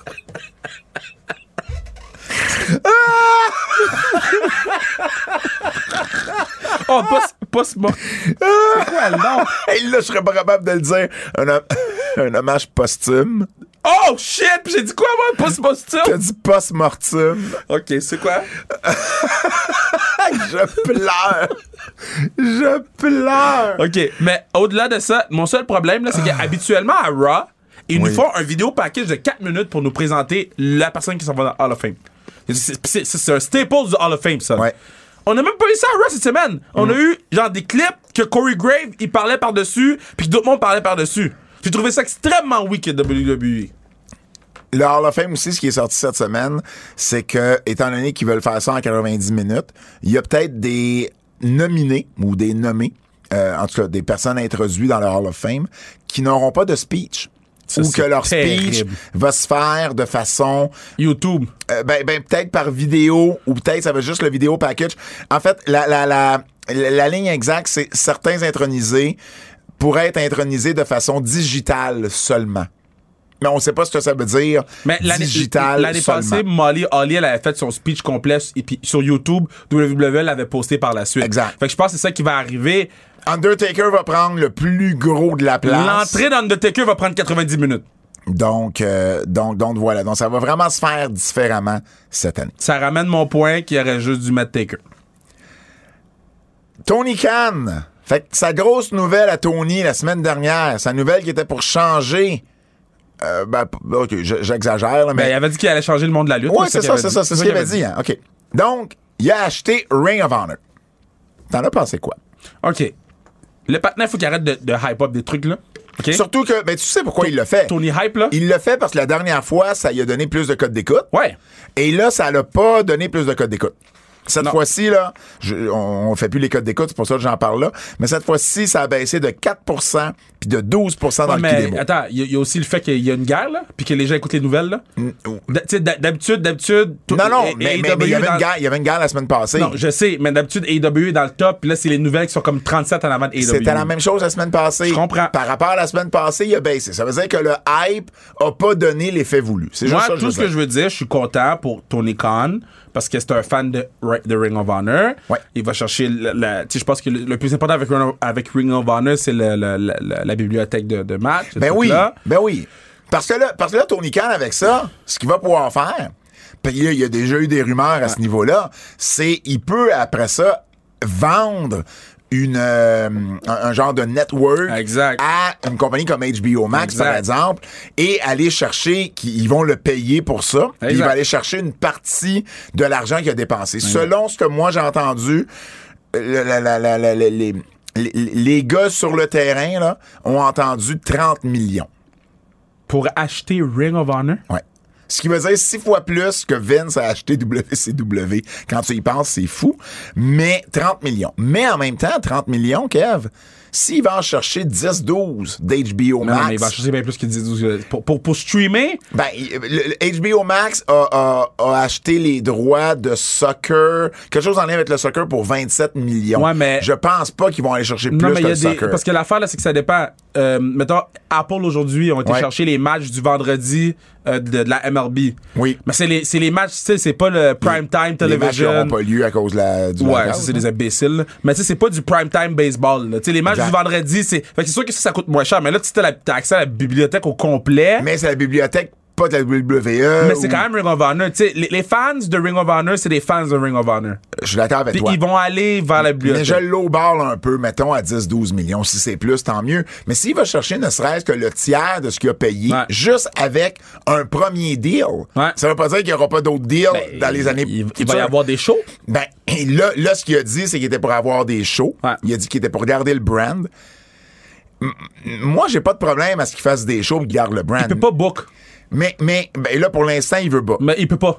Oh, post-mort. C'est quoi le nom? Hey, là, je serais pas capable de le dire. Un hommage posthume. Oh, shit! Puis j'ai dit quoi, moi? Post-mostum? T'as dit post-mortum. OK, c'est quoi? Je pleure. OK, mais au-delà de ça, mon seul problème, là, c'est qu'habituellement, à Raw, ils nous font un vidéo package de 4 minutes pour nous présenter la personne qui s'en va dans Hall of Fame. C'est un staple du Hall of Fame, ça. Ouais. On n'a même pas eu ça à Raw cette semaine. On a eu, genre, des clips que Corey Graves, il parlait par-dessus, puis que d'autres mondes parlaient par-dessus. J'ai trouvé ça extrêmement weak de WWE. Le Hall of Fame aussi, ce qui est sorti cette semaine, c'est que, étant donné qu'ils veulent faire ça en 90 minutes, il y a peut-être des nominés ou des nommés, en tout cas des personnes introduites dans le Hall of Fame, qui n'auront pas de speech. Ça, ou c'est que leur speech terrible. va se faire de façon... YouTube. ben peut-être par vidéo, ou peut-être ça va juste le vidéo package. En fait, la ligne exacte, c'est certains intronisés pourraient être intronisés de façon digitale seulement. Mais on sait pas ce que ça veut dire. Mais l'année passée, Molly Holly, elle avait fait son speech complet et puis sur YouTube, WWE l'avait posté par la suite. Exact. Fait que je pense que c'est ça qui va arriver. Undertaker va prendre le plus gros de la place. L'entrée d'Undertaker va prendre 90 minutes. Donc voilà. Donc ça va vraiment se faire différemment cette année. Ça ramène mon point qu'il aurait juste dû mettre Taker. Tony Khan. Fait que sa grosse nouvelle à Tony la semaine dernière, sa nouvelle qui était pour changer. OK, j'exagère, là, mais. Ben, il avait dit qu'il allait changer le monde de la lutte. Oui, là, c'est ça, c'est ce qu'il avait dit. Hein. OK. Donc, il a acheté Ring of Honor. T'en as pensé quoi? OK. Le partenaire, il faut qu'il arrête de hype up des trucs, là. OK? Surtout que, ben, tu sais pourquoi il l'a fait. Tony Hype, là. Il l'a fait parce que la dernière fois, ça lui a donné plus de codes d'écoute. Ouais. Et là, ça l'a pas donné plus de codes d'écoute. Cette Non. fois-ci, là, on fait plus les codes d'écoute, c'est pour ça que j'en parle là. Mais cette fois-ci, ça a baissé de 4% puis de 12% dans Ouais, le mais Kidemo. attends, il y a aussi le fait qu'il y a une guerre, là, puis que les gens écoutent les nouvelles, là. Tu sais, d'habitude... Non, mais il y avait une guerre la semaine passée. Non, je sais, mais d'habitude, AEW est dans le top, puis là, c'est les nouvelles qui sont comme 37 en avant de AEW. C'était la même chose la semaine passée. Je comprends. Par rapport à la semaine passée, il a baissé. Ça veut dire que le hype a pas donné l'effet voulu. C'est juste Moi, ça tout ce que je veux dire, je suis content pour Tony Khan parce que c'est un fan de Ring of Honor. Ouais. Il va chercher tu sais, je pense que le plus important avec Ring of Honor, c'est la bibliothèque de match. Ben oui. Parce que là, Tony Khan, avec ça, ce qu'il va pouvoir faire, puis il y a déjà eu des rumeurs à ce niveau-là, c'est il peut, après ça, vendre un genre de network Exact. à une compagnie comme HBO Max, Exact. par exemple, et aller chercher, ils vont le payer pour ça, puis il va aller chercher une partie de l'argent qu'il a dépensé. Selon ce que moi j'ai entendu, les gars sur le terrain là, ont entendu 30 millions. Pour acheter Ring of Honor? Ouais. Ce qui veut dire 6 fois plus que Vince a acheté WCW. Quand tu y penses, c'est fou. Mais 30 millions. Mais en même temps, 30 millions, Kev, s'il va en chercher 10-12 d'HBO Max... Non, mais il va chercher bien plus que 10-12. Pour streamer... Ben, le HBO Max a acheté les droits de soccer, quelque chose en lien avec le soccer pour 27 millions. Ouais, mais... Je pense pas qu'ils vont aller chercher Non, plus mais que il y le a soccer. parce que l'affaire, là, c'est que ça dépend. Mettons, Apple, aujourd'hui, ont été chercher les matchs du vendredi de la MLB. Oui. Mais c'est les matchs, tu sais, c'est pas le prime time Les matchs television. n'auront pas lieu à cause du Ouais, blackout, ça, c'est des imbéciles. Là. Mais tu sais, c'est pas du prime time baseball. Tu sais, les matchs Exact. du vendredi, c'est. Fait que c'est sûr que ça coûte moins cher. Mais là, tu as accès à la bibliothèque au complet. Mais c'est la bibliothèque, pas de la WWE. Mais c'est quand même Ring of Honor. Tu sais, les fans de Ring of Honor, c'est des fans de Ring of Honor. Je suis d'accord avec Puis toi. ils vont aller vers la Mais bibliothèque. je l'eau-barre un peu, mettons, à 10-12 millions. Si c'est plus, tant mieux. Mais s'il va chercher ne serait-ce que le tiers de ce qu'il a payé, juste avec un premier deal, ça veut pas dire qu'il n'y aura pas d'autres deals dans les années Il va y avoir des shows. Ben, là, ce qu'il a dit, c'est qu'il était pour avoir des shows. Ouais. Il a dit qu'il était pour garder le brand. Moi, j'ai pas de problème à ce qu'il fasse des shows et qu'il garde le brand. Il peut pas book. Mais là, pour l'instant, il veut pas. Mais il peut pas.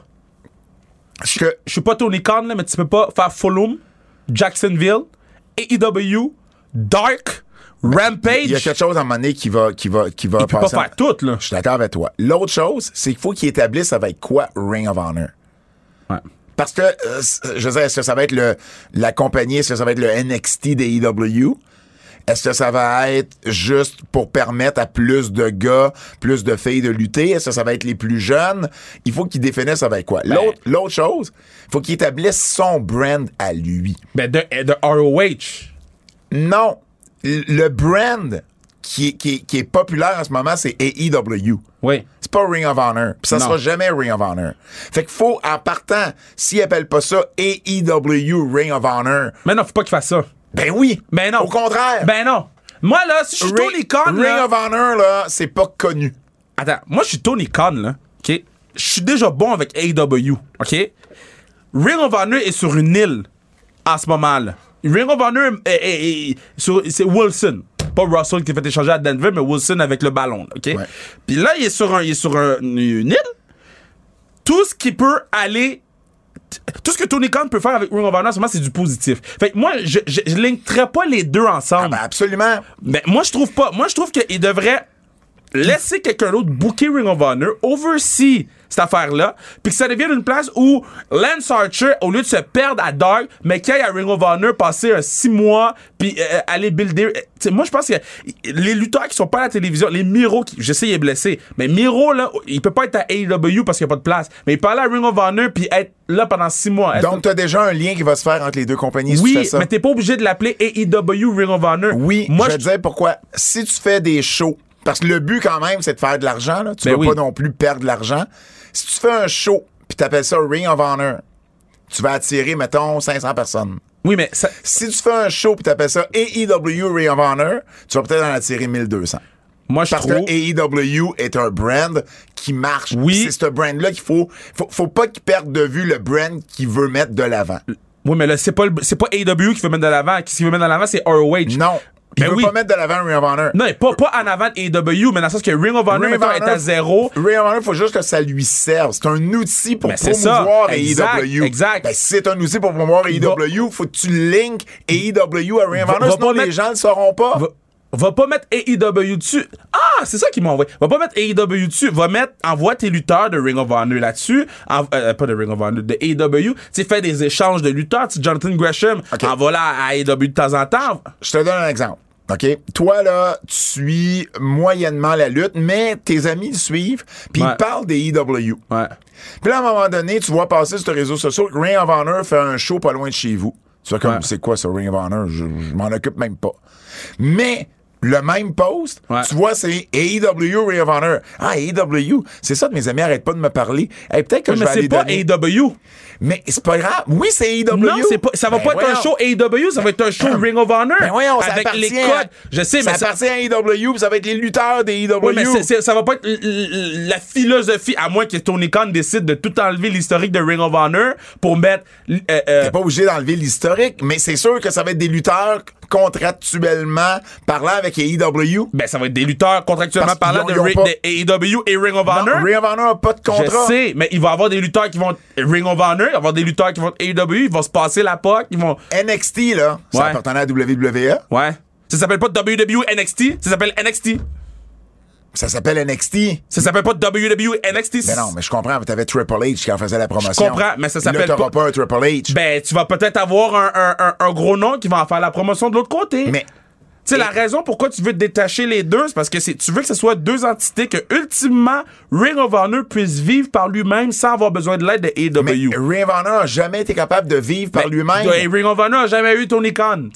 Je suis pas Tony Khan, là, mais tu peux pas faire Fulham, Jacksonville, AEW, Dark, Rampage. Il y a quelque chose à un moment donné qui va Il peut pas faire tout, là. Je suis d'accord avec toi. L'autre chose, c'est qu'il faut qu'il établisse ça va être quoi Ring of Honor. Ouais. Parce que, je veux dire, est-ce que ça va être la compagnie, est-ce que ça va être le NXT de AEW? Est-ce que ça va être juste pour permettre à plus de gars, plus de filles de lutter? Est-ce que ça va être les plus jeunes? Il faut qu'il définisse ça va être quoi. L'autre chose, il faut qu'il établisse son brand à lui. Ben, de ROH. Non. Le brand qui est populaire en ce moment, c'est AEW. Oui. C'est pas Ring of Honor. Puis ça Non. sera jamais Ring of Honor. Fait qu'il faut, en partant, s'il appelle pas ça AEW Ring of Honor... Mais non, faut pas qu'il fasse ça. Ben oui. Ben non. Au contraire. Ben non. Moi, là, si je suis Tony Khan, Ring là... of Honor, là, c'est pas connu. Attends, moi, je suis Tony Khan, là, OK? Je suis déjà bon avec AEW, OK? Ring of Honor est sur une île en ce moment, là. Ring of Honor c'est Wilson. Pas Russell qui fait échanger à Denver, mais Wilson avec le ballon, là, OK? Ouais. Puis là, il est sur une île. Tout ce qui peut aller... Tout ce que Tony Khan peut faire avec Ring of Honor, en ce moment, c'est du positif. Fait que moi, je linkerais pas les deux ensemble. Ah ben absolument. Mais moi, je trouve pas. Moi, je trouve qu'il devrait laisser quelqu'un d'autre booker Ring of Honor, oversee cette affaire-là, puis que ça devienne une place où Lance Archer, au lieu de se perdre à Dark, mais qu'il aille à Ring of Honor, passer 6 mois, puis aller builder. Moi, je pense que les lutteurs qui sont pas à la télévision, les Miro, je sais, il est blessé, mais Miro, là, il peut pas être à AEW parce qu'il n'y a pas de place, mais il peut aller à Ring of Honor, puis être là pendant 6 mois. Donc, t'as déjà un lien qui va se faire entre les deux compagnies si tu fais Oui, ça. mais t'es pas obligé de l'appeler AEW Ring of Honor. Oui, moi, je vais te dire pourquoi. Si tu fais des shows, parce que le but, quand même, c'est de faire de l'argent, là. Tu Ben veux oui. pas non plus perdre de l'argent. Si tu fais un show, puis t'appelles ça Ring of Honor, tu vas attirer, mettons, 500 personnes. Oui, mais ça, Si tu fais un show, puis t'appelles ça AEW Ring of Honor, tu vas peut-être en attirer 1200. Moi, je Parce trouve... que AEW est un brand qui marche. Oui. C'est ce brand-là qu'il faut pas qu'il perde de vue le brand qu'il veut mettre de l'avant. Oui, mais là, c'est pas AEW qui veut mettre de l'avant. Qui veut mettre de l'avant, c'est ROH. Non. Il veut pas mettre de l'avant Ring of Honor. Non, pas en avant de AEW, mais dans le sens que Ring of Honor, mettons, est à 0. Ring of Honor, il faut juste que ça lui serve. C'est un outil pour promouvoir AEW. Exact. Ben, si c'est un outil pour promouvoir AEW, faut que tu linkes AEW à Ring of Honor, sinon les gens le sauront pas. Va pas mettre AEW dessus. Ah, c'est ça qu'il m'a envoyé. Va pas mettre AEW dessus. Envoie tes lutteurs de Ring of Honor là-dessus. Pas de Ring of Honor, de AEW. Tu sais, fais des échanges de lutteurs. Tu Jonathan Gresham, envoie-la à AEW de temps en temps. Je te donne un exemple. OK? Toi, là, tu suis moyennement la lutte, mais tes amis le suivent, puis ils parlent des AEW. Ouais. Puis là, à un moment donné, tu vois passer sur tes réseaux sociaux que Ring of Honor fait un show pas loin de chez vous. Tu vois, comme, c'est quoi, ça, Ring of Honor? Je m'en occupe même pas. Mais... le même post, tu vois, c'est AEW Ring of Honor. Ah, AEW, c'est ça que mes amis arrêtent pas de me parler. Hey, peut-être que je vais aller donner... mais c'est pas AEW. Mais c'est pas grave. Oui, c'est AEW. Non, ça va pas être un show AEW, ça va être un show Ring of Honor. Ben voyons, ça avec appartient les codes. Je sais, mais ça appartient à AEW, puis ça va être les lutteurs d'AEW. Oui, mais ça va pas être la philosophie, à moins que Tony Khan décide de tout enlever l'historique de Ring of Honor pour mettre... T'es pas obligé d'enlever l'historique, mais c'est sûr que ça va être des lutteurs contractuellement parlant avec AEW. Ben, ça va être des lutteurs contractuellement parlant de AEW et Ring of Honor. Non, Ring of Honor n'a pas de contrat. Je sais, mais il va y avoir des lutteurs qui vont Ring of Honor, il va y avoir des lutteurs qui vont AEW, ils vont se passer la POC, ils vont... NXT, là, ça appartenait à WWE. Ouais. Ça s'appelle pas WWE NXT, ça s'appelle NXT. Ça s'appelle NXT. Ça s'appelle pas WWE NXT. Mais non, mais je comprends. T'avais Triple H qui en faisait la promotion. Je comprends, mais ça s'appelle là, t'auras pas un Triple H. Ben, tu vas peut-être avoir un gros nom qui va en faire la promotion de l'autre côté. Mais... tu sais, la raison pourquoi tu veux détacher les deux, c'est parce que tu veux que ce soit deux entités que, ultimement, Ring of Honor puisse vivre par lui-même sans avoir besoin de l'aide de AEW. Mais Ring of Honor n'a jamais été capable de vivre par lui-même. Ring of Honor n'a jamais eu Tony Khan.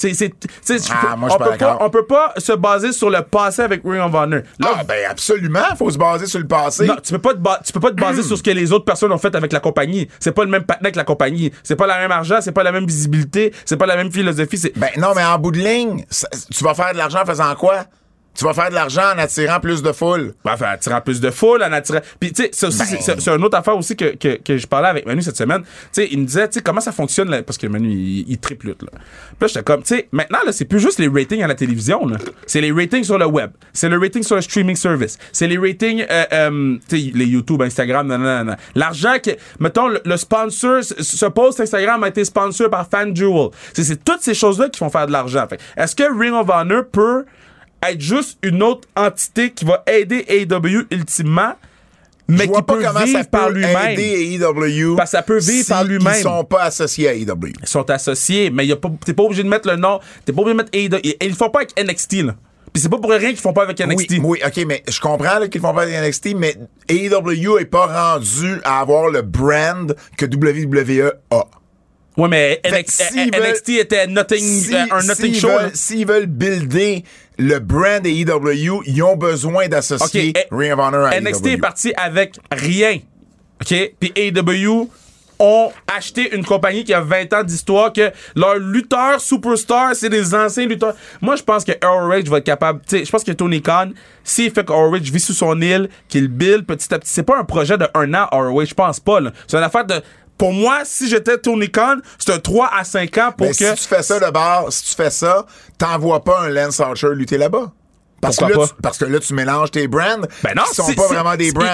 Moi, je suis pas d'accord. On peut pas se baser sur le passé avec Ring of Honor. Là, ben absolument, faut se baser sur le passé. Non, tu peux pas te baser sur ce que les autres personnes ont fait avec la compagnie. C'est pas le même patin que la compagnie. C'est pas la même argent, c'est pas la même visibilité, c'est pas la même philosophie. Ben non, mais en bout de ligne, tu vas faire de l'argent en faisant quoi? Tu vas faire de l'argent en attirant plus de foule. Ben, en attirant plus de foule, en attirant... Puis, tu sais, ça aussi, c'est une autre affaire aussi que je parlais avec Manu cette semaine. Tu sais, il me disait, tu sais, comment ça fonctionne, là? Parce que Manu, il triple lutte, là. Puis là, j'étais comme, tu sais, maintenant, là, c'est plus juste les ratings à la télévision, là. C'est les ratings sur le web. C'est le rating sur le streaming service. C'est les ratings, tu sais, les YouTube, Instagram, nanana. L'argent que... Mettons, le sponsor, ce post Instagram a été sponsor par FanDuel. C'est toutes ces choses-là qui font faire de l'argent. Fait, est-ce que Ring of Honor peut être juste une autre entité qui va aider AEW ultimement, mais qui peut vivre par lui-même? Aider AEW parce que ça peut vivre par lui-même. Ils sont pas associés à AEW. Ils sont associés, mais t'es pas obligé de mettre le nom. T'es pas obligé de mettre AEW. Et ils le font pas avec NXT, là. Puis c'est pas pour rien qu'ils font pas avec NXT. Oui, OK, mais je comprends là, qu'ils font pas avec NXT, mais AEW est pas rendu à avoir le brand que WWE a. Ouais, mais NXT était un nothing show. S'ils veulent builder le brand AEW, ils ont besoin d'associer Ring of Honor à NXT AEW. est parti avec rien. OK? Puis AEW ont acheté une compagnie qui a 20 ans d'histoire, que leurs lutteurs superstars, c'est des anciens lutteurs. Moi, je pense que ROH va être capable... Tu sais, je pense que Tony Khan, s'il fait que ROH vit sous son île, qu'il build petit à petit... C'est pas un projet de 1 an, ROH, je pense pas, là. C'est une affaire de... Pour moi, si j'étais Tony Khan, c'est un 3 à 5 ans pour que... si tu fais ça de bord, si tu fais ça, t'envoies pas un Lance Archer lutter là-bas. Parce que là, tu mélanges tes brands qui sont pas vraiment des brands.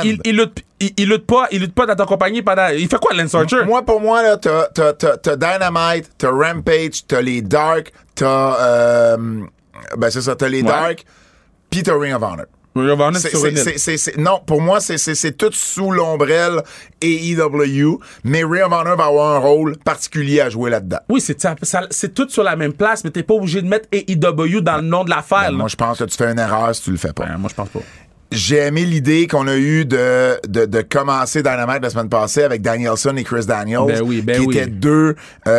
Il lutte pas dans ta compagnie pendant... Il fait quoi, Lance Archer? Pour moi, là, t'as Dynamite, t'as Rampage, t'as les Dark, t'as les Dark, pis t'as Ring of Honor. Non, pour moi, c'est tout sous l'ombrelle AEW, mais Ring of Honor va avoir un rôle particulier à jouer là-dedans. Oui, c'est tout sur la même place, mais t'es pas obligé de mettre AEW dans le nom de l'affaire. Moi, je pense que tu fais une erreur si tu le fais pas. Moi, je pense pas. J'ai aimé l'idée qu'on a eue de commencer Dynamite la semaine passée avec Danielson et Chris Daniels, qui étaient deux.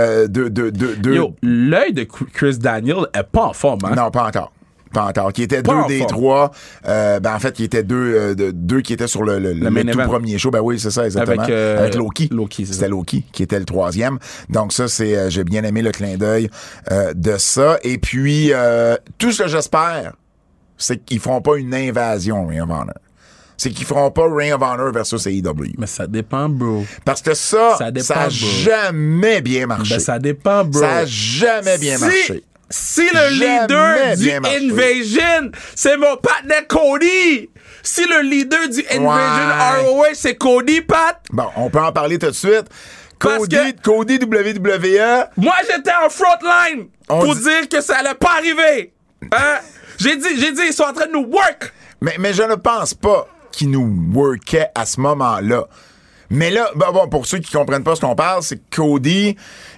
Yo, l'œil de Chris Daniels est pas en forme, hein? Non, pas encore. Qui étaient deux des trois. En fait, qui étaient deux qui étaient sur le tout premier show. Ben oui, c'est ça, exactement. Avec Loki. C'était Loki qui était le troisième. Donc ça, j'ai bien aimé le clin d'œil de ça. Et puis, tout ce que j'espère c'est qu'ils feront pas une invasion, Ring of Honor. C'est qu'ils feront pas Ring of Honor versus AEW. Mais ça dépend, bro. Parce que ça dépend, a jamais bien marché. Ben, ça dépend, bro. Ça a jamais bien marché. Si le leader du Invasion, c'est mon partenaire Cody. Si le leader du Invasion ROH, c'est Cody, Pat. Bon, on peut en parler tout de suite. Cody WWE. Moi, j'étais en front line pour dire que ça allait pas arriver. Hein? J'ai dit, ils sont en train de nous work. Mais je ne pense pas qu'ils nous workaient à ce moment-là. Mais là, bon, pour ceux qui comprennent pas ce qu'on parle, c'est que Cody,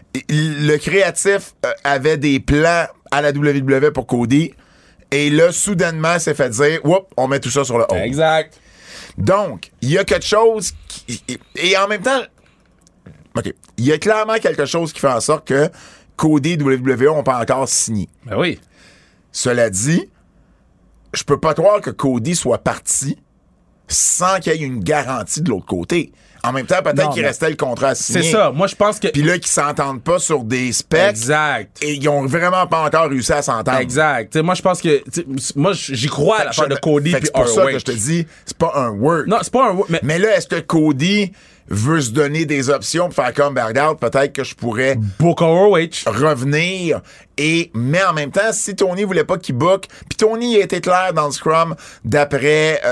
le créatif avait des plans à la WWE pour Cody. Et là, soudainement, il s'est fait dire, oups, on met tout ça sur le haut. Exact. Donc, il y a quelque chose et en même temps, OK, il y a clairement quelque chose qui fait en sorte que Cody et WWE n'ont pas encore signé. Ben oui. Cela dit, je peux pas croire que Cody soit parti sans qu'il y ait une garantie de l'autre côté. En même temps, peut-être qu'il restait le contrat à signer. C'est ça. Moi, je pense que... Puis là, qu'ils s'entendent pas sur des specs. Exact. Et ils ont vraiment pas encore réussi à s'entendre. Exact. T'sais, moi, je pense que... Moi, j'y crois à la part de Cody puis c'est pour ça que je te dis, c'est pas un work. Non, c'est pas un work. Mais là, est-ce que Cody veut se donner des options pour faire comme, ben regarde, peut-être que je pourrais book ROH, revenir mais en même temps, si Tony voulait pas qu'il book, puis Tony a été clair dans le scrum d'après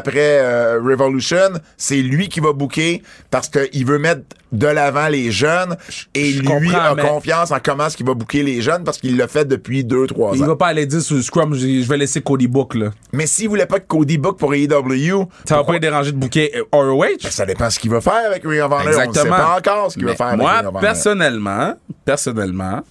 Revolution, c'est lui qui va booker parce qu'il veut mettre de l'avant les jeunes et lui a confiance en comment est-ce qu'il va booker les jeunes parce qu'il l'a fait depuis 2-3 ans. Il va pas aller dire sur le scrum, je vais laisser Cody book, là. Mais s'il voulait pas que Cody book pour AEW... Ça va pas être dérangé de booker ROH? Ben, ça dépend ce qu'il va faire avec Ring of Honor. Exactement. On ne sait pas encore ce qu'il va faire avec Ring of Honor. Moi, personnellement,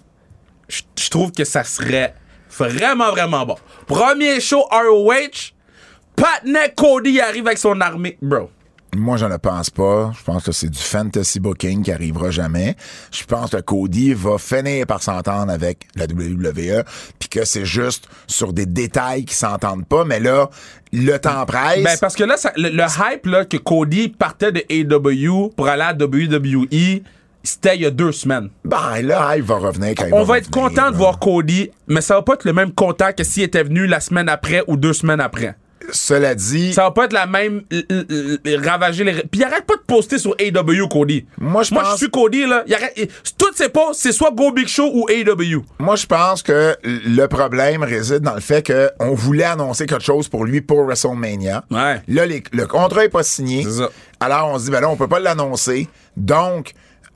je trouve que ça serait vraiment, vraiment bon. Premier show ROH, Patnet Cody arrive avec son armée. Bro. Moi, je ne pense pas. Je pense que c'est du fantasy booking qui arrivera jamais. Je pense que Cody va finir par s'entendre avec la WWE, puis que c'est juste sur des détails qui s'entendent pas. Mais là, le temps presse. Ben, parce que là, le hype là, que Cody partait de AEW pour aller à WWE, c'était il y a 2 semaines. Ben là, il va revenir quand il On va être content de voir Cody, mais ça va pas être le même content que s'il était venu la semaine après ou 2 semaines après. Cela dit... Ça va pas être la même... ravager les... Puis il arrête pas de poster sur AEW, Cody. Moi, je suis Cody, là. Toutes ses posts, c'est soit Go Big Show ou AEW. Moi, je pense que le problème réside dans le fait qu'on voulait annoncer quelque chose pour lui pour WrestleMania. Ouais. Là, le contrat est pas signé. C'est ça. Alors, on se dit, ben là, on peut pas l'annoncer. Donc,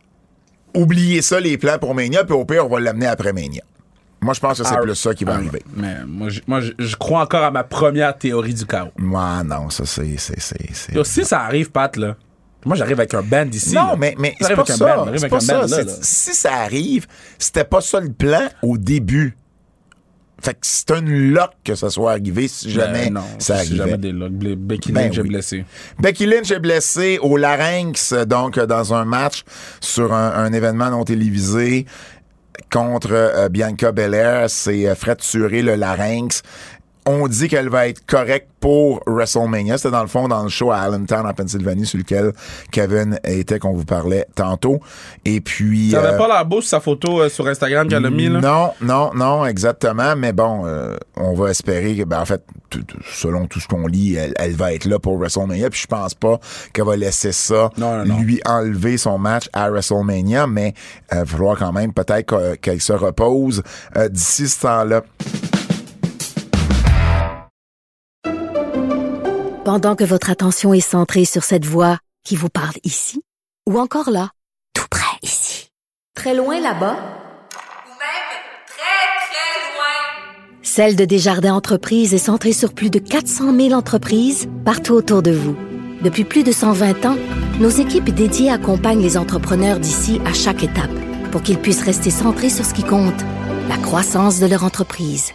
oubliez ça, les plans pour Mania, puis au pire, on va l'amener après Mania. Moi, je pense que c'est plus ça qui va arriver. Mais moi, je crois encore à ma première théorie du chaos. Moi, non, ça, c'est... Yo, si ça arrive, Pat, là, moi, j'arrive avec un band ici. Non, là. mais c'est pas ça. C'est pas ça. Si ça arrive, c'était pas ça le plan au début. Fait que c'est une lock que ça soit arrivé si jamais ça arrivait. Si jamais des locks. Becky Lynch est blessée. Becky Lynch est blessée au larynx, donc dans un match sur un événement non télévisé contre Bianca Belair. C'est Fred Turé, le larynx. On dit qu'elle va être correcte pour WrestleMania. C'était dans le fond dans le show à Allentown, en Pennsylvanie, sur lequel Kevin était, qu'on vous parlait tantôt. Et puis... Ça avait pas l'air beau sur sa photo sur Instagram qu'elle a mis, là? Non, exactement. Mais bon, on va espérer que, en fait, selon tout ce qu'on lit, elle va être là pour WrestleMania. Puis je pense pas qu'elle va laisser ça lui enlever son match à WrestleMania. Mais il va falloir quand même peut-être qu'elle se repose d'ici ce temps-là. Pendant que votre attention est centrée sur cette voix qui vous parle ici, ou encore là, tout près ici, très loin là-bas, ou même très, très loin, Celle de Desjardins Entreprises est centrée sur plus de 400 000 entreprises partout autour de vous. Depuis plus de 120 ans, nos équipes dédiées accompagnent les entrepreneurs d'ici à chaque étape pour qu'ils puissent rester centrés sur ce qui compte, la croissance de leur entreprise.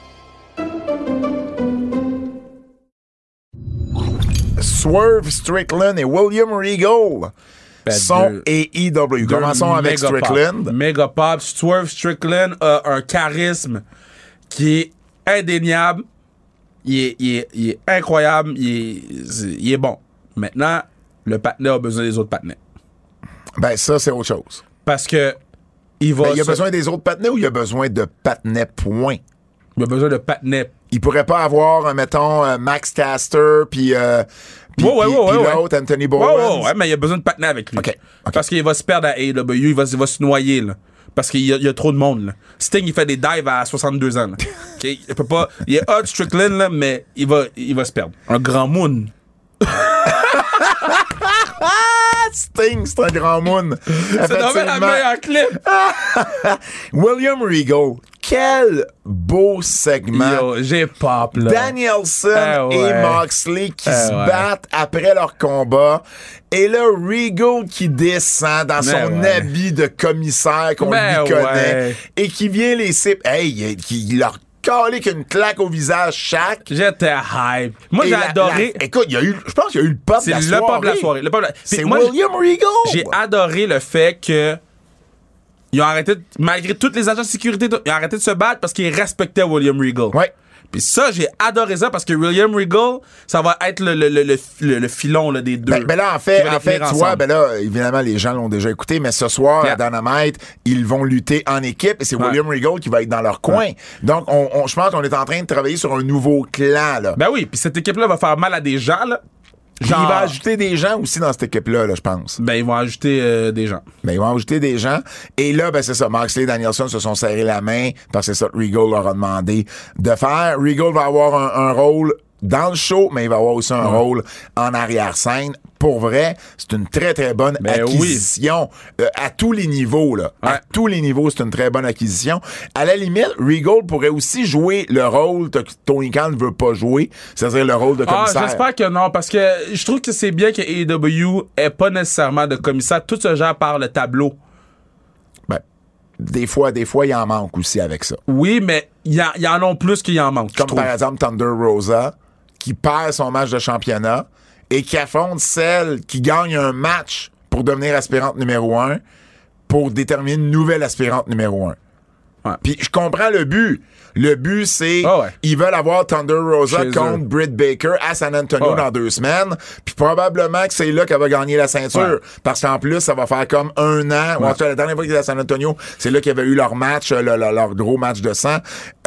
Swerve Strickland et William Regal sont AEW. Commençons avec Strickland. Méga pop. Swerve Strickland a un charisme qui est indéniable. Il est incroyable. Il est bon. Maintenant, le patinet a besoin des autres patinets. Ben, ça, c'est autre chose. Parce que il va. Il a besoin des autres patinets ou il a besoin de patinets, point? Il a besoin de patinets, il pourrait pas avoir, mettons, Max Caster, puis l'autre, Anthony Bowen. Ouais, mais il y a besoin de partenaire avec lui. OK. Parce qu'il va se perdre à AEW, il va se noyer, là. Parce qu'il y a trop de monde, là. Sting, il fait des dives à 62 ans, là. Okay? Il peut pas... Il est hot, Strickland, là, mais il va se perdre. Un grand moon. Sting, c'est un grand moon. C'est la meilleure clip. William Regal. Quel beau segment. Yo, j'ai pop, là. Danielson et Moxley qui se battent après leur combat. Et là, Regal qui descend dans son habit de commissaire qu'on lui connaît et qui vient les cibles. Hey, qui leur calé qu'une claque au visage chaque. J'étais hype. Moi, j'ai adoré. Écoute, je pense qu'il y a eu le pop de la soirée. C'est le pop de la soirée. C'est William Regal. J'ai adoré le fait que ils ont arrêté, malgré tous les agents de sécurité, ils ont arrêté de se battre parce qu'ils respectaient William Regal. Ouais. Puis ça, j'ai adoré ça parce que William Regal, ça va être le filon là, des deux. Ben là, en fait, tu vois, ben là, évidemment, les gens l'ont déjà écouté, mais ce soir, à Dynamite, ils vont lutter en équipe et c'est William Regal qui va être dans leur coin. Donc, je pense qu'on est en train de travailler sur un nouveau clan, là. Ben oui, puis cette équipe-là va faire mal à des gens, là. Genre... Il va ajouter des gens aussi dans cette équipe-là, je pense. Ben, ils vont ajouter des gens. Ben, ils vont ajouter des gens. Et là, ben, c'est ça. Moxley et Danielson se sont serrés la main parce que c'est ça que Regal leur a demandé de faire. Regal va avoir un rôle dans le show, mais il va avoir aussi un rôle en arrière-scène. Pour vrai, c'est une très, très bonne acquisition à tous les niveaux, là. Ouais. À tous les niveaux, c'est une très bonne acquisition. À la limite, Regal pourrait aussi jouer le rôle que Tony Khan ne veut pas jouer, c'est-à-dire le rôle de commissaire. J'espère que non, parce que je trouve que c'est bien que AEW ait pas nécessairement de commissaire. Tout se gère par le tableau. Ben, des fois, il en manque aussi avec ça. Oui, mais il y en a plus qu'il en manque. Comme par exemple Thunder Rosa, qui perd son match de championnat et qui affronte celle qui gagne un match pour devenir aspirante numéro 1 pour déterminer une nouvelle aspirante numéro 1. Ouais. Puis je comprends le but. Le but, c'est ils veulent avoir Thunder Rosa contre Britt Baker à San Antonio dans 2 semaines. Puis probablement que c'est là qu'elle va gagner la ceinture. Ouais. Parce qu'en plus, ça va faire comme 1 an. Ouais. La dernière fois qu'ils étaient à San Antonio, c'est là qu'ils avaient eu leur match, leur gros match de sang.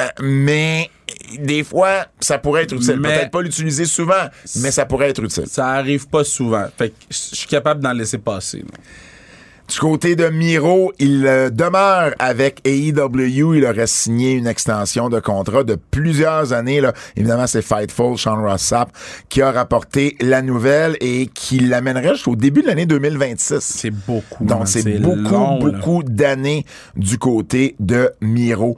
Mais des fois, ça pourrait être utile. Peut-être pas l'utiliser souvent, mais ça pourrait être utile. Ça arrive pas souvent. Fait que je suis capable d'en laisser passer. Là. Du côté de Miro, il demeure avec AEW. Il aurait signé une extension de contrat de plusieurs années. Là. Évidemment, c'est Fightful, Sean Ross Sapp, qui a rapporté la nouvelle et qui l'amènerait jusqu'au début de l'année 2026. C'est beaucoup. Donc, c'est beaucoup d'années du côté de Miro.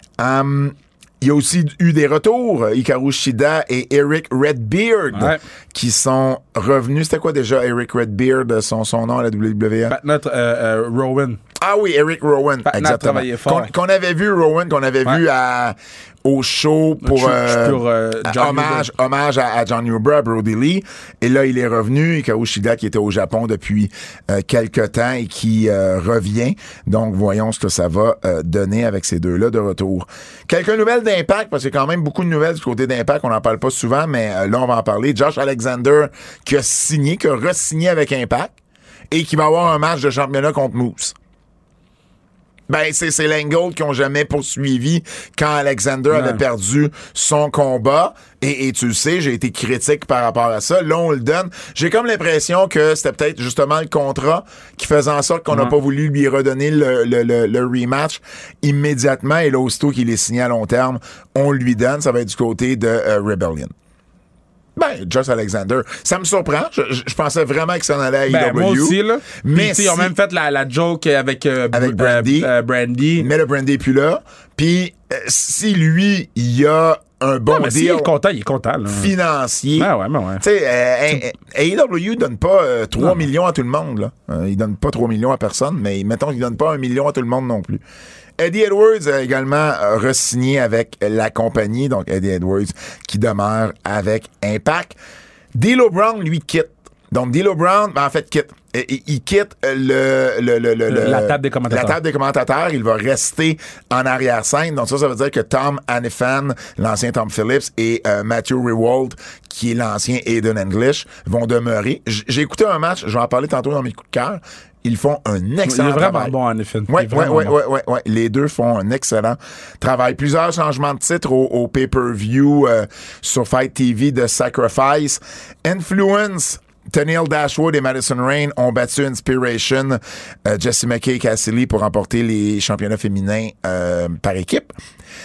Il y a aussi eu des retours, Hikaru Shida et Eric Redbeard, qui sont revenus. C'était quoi déjà Eric Redbeard, son nom à la WWE? Notre Rowan. Ah oui, Eric Rowan, exactement. Qu'on avait vu, Rowan, vu au show pour hommage à John Newber, à Brody Lee. Et là, il est revenu. Hikaru Shida, qui était au Japon depuis quelque temps et qui revient. Donc, voyons ce que ça va donner avec ces deux-là de retour. Quelques nouvelles d'Impact, parce qu'il y a quand même beaucoup de nouvelles du côté d'Impact. On n'en parle pas souvent, mais là, on va en parler. Josh Alexander, qui a re-signé avec Impact et qui va avoir un match de championnat contre Moose. Ben, c'est l'angle qu'ils ont jamais poursuivi quand Alexander avait perdu son combat. Et tu le sais, j'ai été critique par rapport à ça. Là, on le donne. J'ai comme l'impression que c'était peut-être justement le contrat qui faisait en sorte qu'on n'a pas voulu lui redonner le rematch immédiatement. Et là, aussitôt qu'il est signé à long terme, on lui donne. Ça va être du côté de Rebellion. Ben, Josh Alexander. Ça me surprend. Je pensais vraiment que ça en allait à AEW. Moi aussi, là. Mais ils ont même fait la joke avec Brandy. Mais le Brandy est plus là. Puis, si lui, il y a un bon deal. Il est content, là. Financier. Ben ouais. Tu sais, AEW donne pas 3 millions à tout le monde, là. Il donne pas 3 millions à personne, mais mettons qu'il donne pas 1 million à tout le monde non plus. Eddie Edwards a également re-signé avec la compagnie, donc Eddie Edwards qui demeure avec Impact. D'Lo Brown, lui, quitte. Donc, D'Lo Brown, en fait, quitte. Il quitte la table des commentateurs. La table des commentateurs. Il va rester en arrière-scène. Donc, ça veut dire que Tom Hannifan, l'ancien Tom Phillips, et Matthew Rehwoldt, qui est l'ancien Aiden English, vont demeurer. J'ai écouté un match, je vais en parler tantôt dans mes coups de cœur. Ils font un excellent Il est vraiment travail. bon, en effet. Oui. Bon. Les deux font un excellent travail. Plusieurs changements de titre au pay-per-view sur Fight TV de Sacrifice. Influence, Tenille Dashwood et Madison Rayne ont battu Inspiration, Jessie McKay et Cassie Lee pour remporter les championnats féminins par équipe.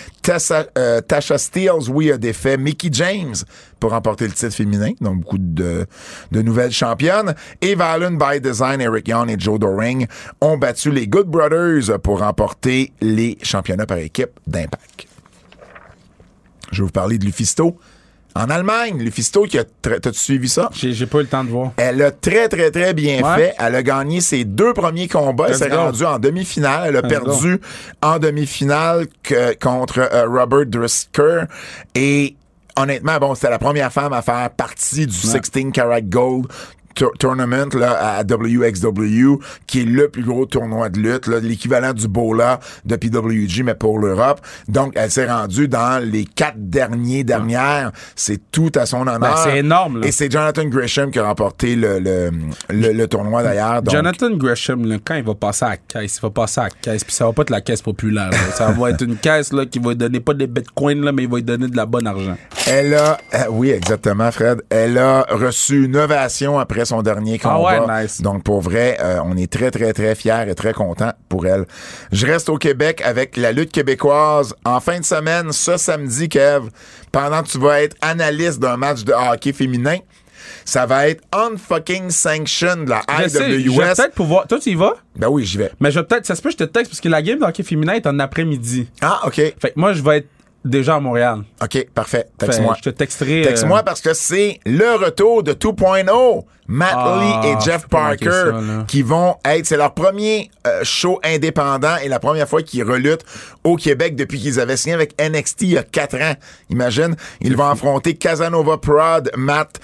Tasha Steelz, a défait Mickie James pour remporter le titre féminin, donc beaucoup de nouvelles championnes. Et Violent by Design, Eric Young et Joe Doring ont battu les Good Brothers pour remporter les championnats par équipe d'Impact. Je vais vous parler de Lufisto. En Allemagne, Lufisto, t'as-tu suivi ça? J'ai pas eu le temps de voir. Elle a très, très, très bien fait. Elle a gagné ses 2 premiers combats. Elle s'est rendue en demi-finale. Elle a perdu en demi-finale contre Robert Drisker. Et honnêtement, c'était la première femme à faire partie du 16 Karat Gold Tournament là, à WXW, qui est le plus gros tournoi de lutte, là, l'équivalent du BOLA de PWG, mais pour l'Europe. Donc, elle s'est rendue dans les 4 dernières. C'est tout à son honneur. C'est énorme. Là. Et c'est Jonathan Gresham qui a remporté le tournoi d'ailleurs. Donc... Jonathan Gresham, là, quand il va passer à la caisse, puis ça va pas être la caisse populaire. Là. Ça va être une caisse là, qui va lui donner pas des bitcoins, là, mais il va lui donner de la bonne argent. Elle a, oui, exactement, Fred. Elle a reçu une ovation après son dernier combat. Ah ouais, nice. Donc, pour vrai, on est très, très, très fiers et très contents pour elle. Je reste au Québec avec la lutte québécoise. En fin de semaine, ce samedi, Kev, pendant que tu vas être analyste d'un match de hockey féminin, ça va être unfucking sanctioned de la IWS. Je vais peut-être pouvoir... Toi, tu y vas? Ben oui, j'y vais. Mais je vais peut-être... Ça se peut que je te texte, parce que la game de hockey féminin est en après-midi. Ah, OK. Fait que moi, je vais être déjà à Montréal. OK, parfait. Texte-moi. Je te texterai... Texte-moi parce que c'est le retour de 2.0. Matt Lee et Jeff Parker qui vont être... C'est leur premier show indépendant et la première fois qu'ils relutent au Québec depuis qu'ils avaient signé avec NXT il y a 4 ans. Imagine, ils vont affronter Casanova Prod, Matt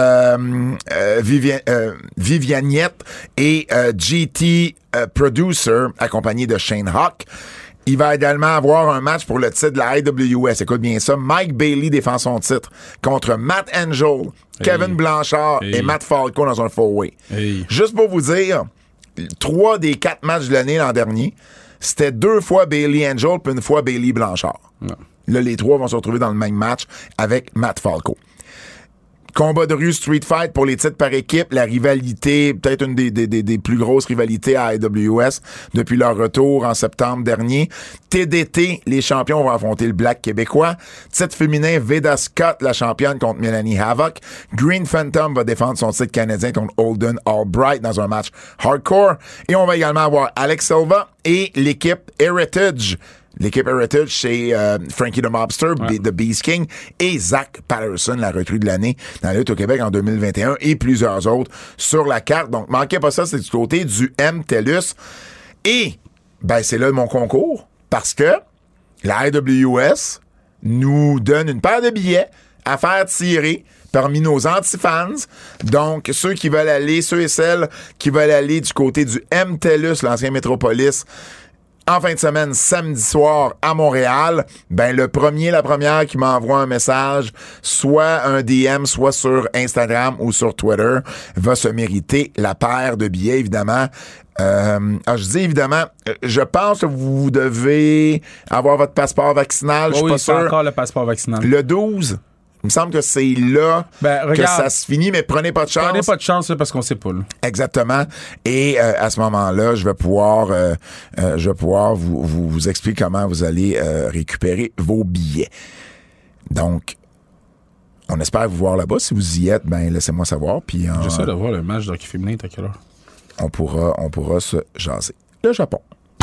Vivianette et GT Producer accompagné de Shane Hawk. Il va également avoir un match pour le titre de la IWS. Écoute bien ça. Mike Bailey défend son titre contre Matt Angel, Kevin Blanchard et Matt Falco dans un four-way. Juste pour vous dire, 3 des 4 matchs de l'année l'an dernier, c'était 2 fois Bailey Angel puis 1 fois Bailey Blanchard. Ouais. Là, les 3 vont se retrouver dans le même match avec Matt Falco. Combat de rue Street Fight pour les titres par équipe, la rivalité, peut-être une des plus grosses rivalités à AWS depuis leur retour en septembre dernier. TDT, les champions vont affronter le Black québécois. Titre féminin, Veda Scott, la championne contre Melanie Havoc. Green Phantom va défendre son titre canadien contre Holden Albright dans un match hardcore. Et on va également avoir Alex Silva et l'équipe Heritage. L'équipe Heritage, c'est Frankie the Mobster, The Beast King, et Zach Patterson, la recrue de l'année dans la lutte au Québec en 2021, et plusieurs autres sur la carte. Donc, manquez pas ça, c'est du côté du MTELUS. Et, c'est là mon concours, parce que la IWS nous donne une paire de billets à faire tirer parmi nos anti-fans. Donc, ceux et celles qui veulent aller du côté du MTELUS, l'ancien Métropolis, en fin de semaine, samedi soir, à Montréal, la première qui m'envoie un message, soit un DM, soit sur Instagram ou sur Twitter, va se mériter la paire de billets, évidemment. Je dis évidemment, je pense que vous devez avoir votre passeport vaccinal. Je suis pas sûr. Encore le passeport vaccinal. Le 12. Il me semble que c'est là que ça se finit, mais prenez pas de chance. Prenez pas de chance là, parce qu'on sait pas. Là. Exactement. Et à ce moment-là, je vais pouvoir vous expliquer comment vous allez récupérer vos billets. Donc, on espère vous voir là-bas. Si vous y êtes, laissez-moi savoir. Puis j'essaie de voir le match d'hockey féminin à quelle heure. On pourra se jaser. Le Japon.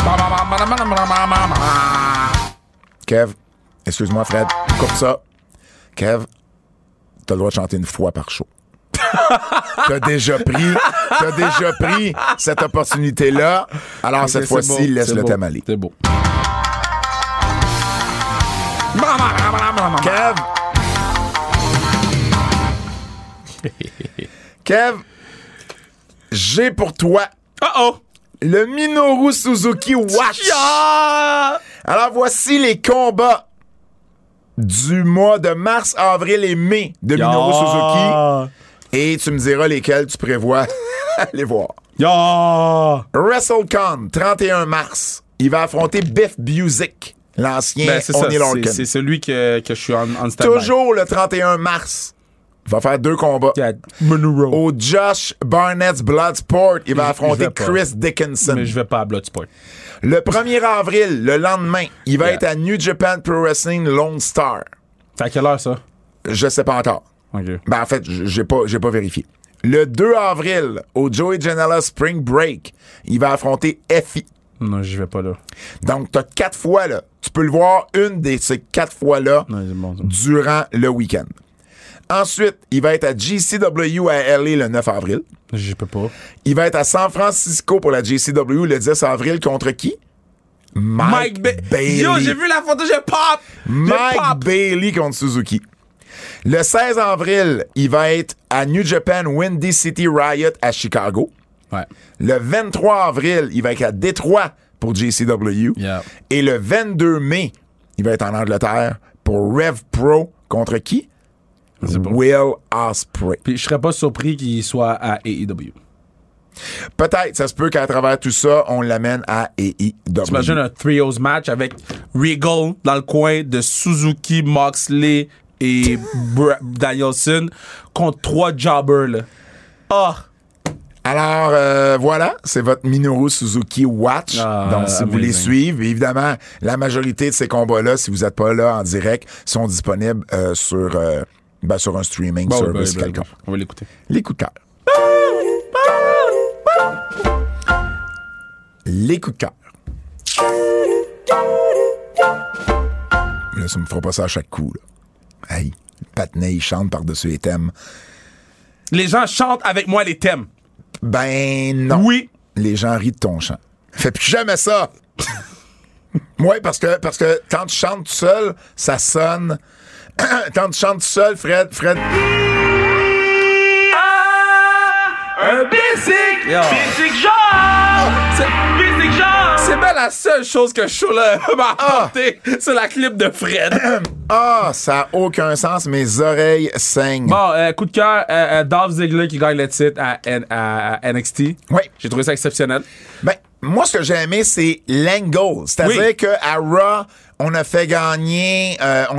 Kev, excuse-moi, Fred, coupe ça. Kev, t'as le droit de chanter une fois par show. T'as déjà pris cette opportunité-là. Alors, okay, cette fois-ci, laisse le thème aller. C'est beau. Kev, j'ai pour toi le Minoru Suzuki Watch. Alors, voici les combats du mois de mars, avril et mai de Minoru Suzuki. Et tu me diras lesquels tu prévois aller voir. Yo! WrestleCon, 31 mars. Il va affronter Biff Busick, l'ancien Oney Lorcan. C'est celui que je suis en stand-by. Toujours le 31 mars. Il va faire 2 combats. Au Josh Barnett's Bloodsport, il va affronter Chris Dickinson. Mais je vais pas à Bloodsport. Le 1er avril, le lendemain, il va être à New Japan Pro Wrestling Lone Star. C'est à quelle heure, ça? Je sais pas encore. Okay. Ben, en fait, j'ai pas vérifié. Le 2 avril, au Joey Janela Spring Break, il va affronter FI. Non, je vais pas là. Donc, t'as 4 fois, là. Tu peux le voir une de ces 4 fois-là durant le week-end. Ensuite, il va être à GCW à LA le 9 avril. Je peux pas. Il va être à San Francisco pour la GCW le 10 avril contre qui? Mike Bailey. Yo, j'ai vu la photo, j'ai pop! Mike Bailey contre Suzuki. Le 16 avril, il va être à New Japan Windy City Riot à Chicago. Ouais. Le 23 avril, il va être à Détroit pour JCW. Yeah. Et le 22 mai, il va être en Angleterre pour Rev Pro contre qui? Will Ospreay. Puis je serais pas surpris qu'il soit à AEW. Peut-être, ça se peut qu'à travers tout ça, on l'amène à AEW. T'imagines un trios match avec Regal dans le coin de Suzuki, Moxley et Danielson contre 3 jobbers, là. Oh! Alors, voilà, c'est votre Minoru Suzuki Watch. Donc, si vous voulez suivre, évidemment, la majorité de ces combats-là, si vous n'êtes pas là en direct, sont disponibles sur un streaming service quelconque. On va l'écouter. Les coups de cœur. Les coups de cœur. Là, ça me fera pas ça à chaque coup, là. Hey, Patney, il chante par-dessus les thèmes. Les gens chantent avec moi les thèmes. Ben non. Oui. Les gens rient de ton chant. Fais plus jamais ça. Oui, parce que quand tu chantes tout seul, ça sonne. Quand tu chantes tout seul, Fred. Un basic! Basic genre! Basic genre! C'est bien la seule chose que Shola m'a apporté. C'est la clip de Fred. Ça n'a aucun sens. Mes oreilles saignent. Bon, coup de cœur, Dolph Ziggler qui gagne le titre à NXT. Oui. J'ai trouvé ça exceptionnel. Ben, moi, ce que j'ai aimé, c'est l'angle. C'est-à-dire qu'à Raw, on a fait gagner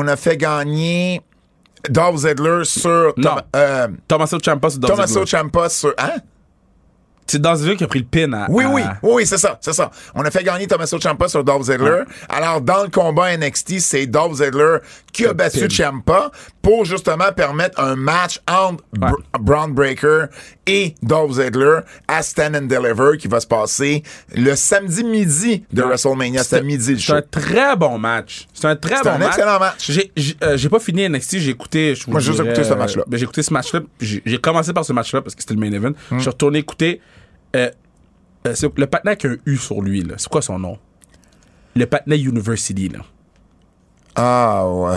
Dolph Ziggler sur... Tommaso Ciampa sur Dolph Ziggler. Tommaso Ciampa sur... Hein? C'est Dolph Ziggler qui a pris le pin à... Oui, c'est ça. On a fait gagner Tommaso Ciampa sur Dolph Ziggler. Alors, dans le combat NXT, c'est Dolph Ziggler qui a battu Ciampa pour justement permettre un match entre Braun Breaker et Dolph Ziggler à Stand and Deliver qui va se passer le samedi midi de WrestleMania. C'était midi le show. C'est un très bon match. C'est un excellent match. J'ai pas fini NXT, j'ai écouté... Moi, j'ai juste écouté ce match-là. J'ai écouté ce match-là. J'ai commencé par ce match-là parce que c'était le main event. Je suis retourné écouter... c'est le patinet qui a un U sur lui, là. C'est quoi son nom? Le patinet University, là. Ah, ouais.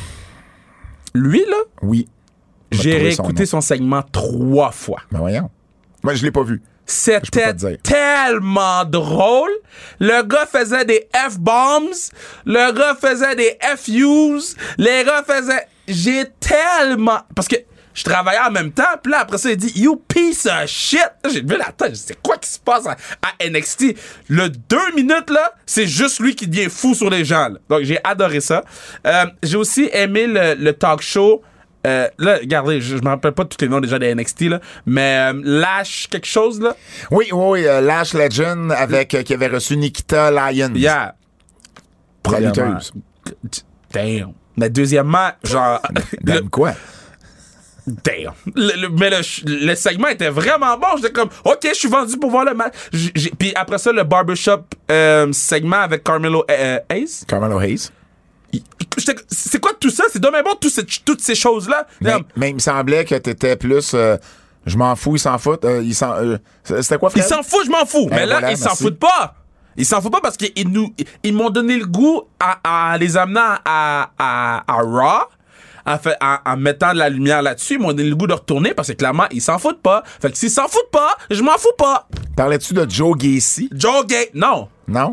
Lui, là? Oui. J'ai réécouté son segment 3 fois. Ben voyons. Moi, je l'ai pas vu. C'était tellement drôle. Le gars faisait des F-bombs. Le gars faisait des F-U's. Les gars faisaient... J'ai tellement... Parce que je travaillais en même temps, puis là, après ça, il dit « You piece of shit! » J'ai levé la tête, c'est quoi qui se passe à NXT? Le 2 minutes, là, c'est juste lui qui devient fou sur les gens, là. Donc, j'ai adoré ça. J'ai aussi aimé le talk show. Là, regardez, je me rappelle pas de tous les noms déjà des NXT, là, mais Lash quelque chose, là. Oui, Lash Legend qui avait reçu Nikita Lyons. Yeah. Lutteuse. Damn. Mais deuxièmement, genre... quoi? Damn. Mais le segment était vraiment bon. J'étais comme, OK, je suis vendu pour voir le match. Puis après ça, le barbershop segment avec Carmelo Hayes. Carmelo Hayes. C'est quoi tout ça? C'est dommage bon, toutes ces choses-là. Mais il me semblait que t'étais plus... je m'en fous, ils s'en foutent. C'était quoi, Fred? Ils s'en foutent, je m'en fous. Mais là, ils s'en foutent pas. Ils s'en foutent pas parce qu'ils m'ont donné le goût en les amenant à Raw. En mettant de la lumière là-dessus, ils m'ont donné le goût de retourner parce que clairement, ils s'en foutent pas. Fait que s'ils s'en foutent pas, je m'en fous pas. Parlais-tu de Joe Gacy? Joe Gacy? Non. Non?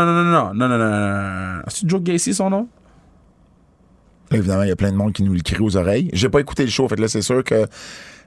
Non. C'est Joe Gacy son nom? Évidemment, il y a plein de monde qui nous le crie aux oreilles. J'ai pas écouté le show, fait que là, c'est sûr que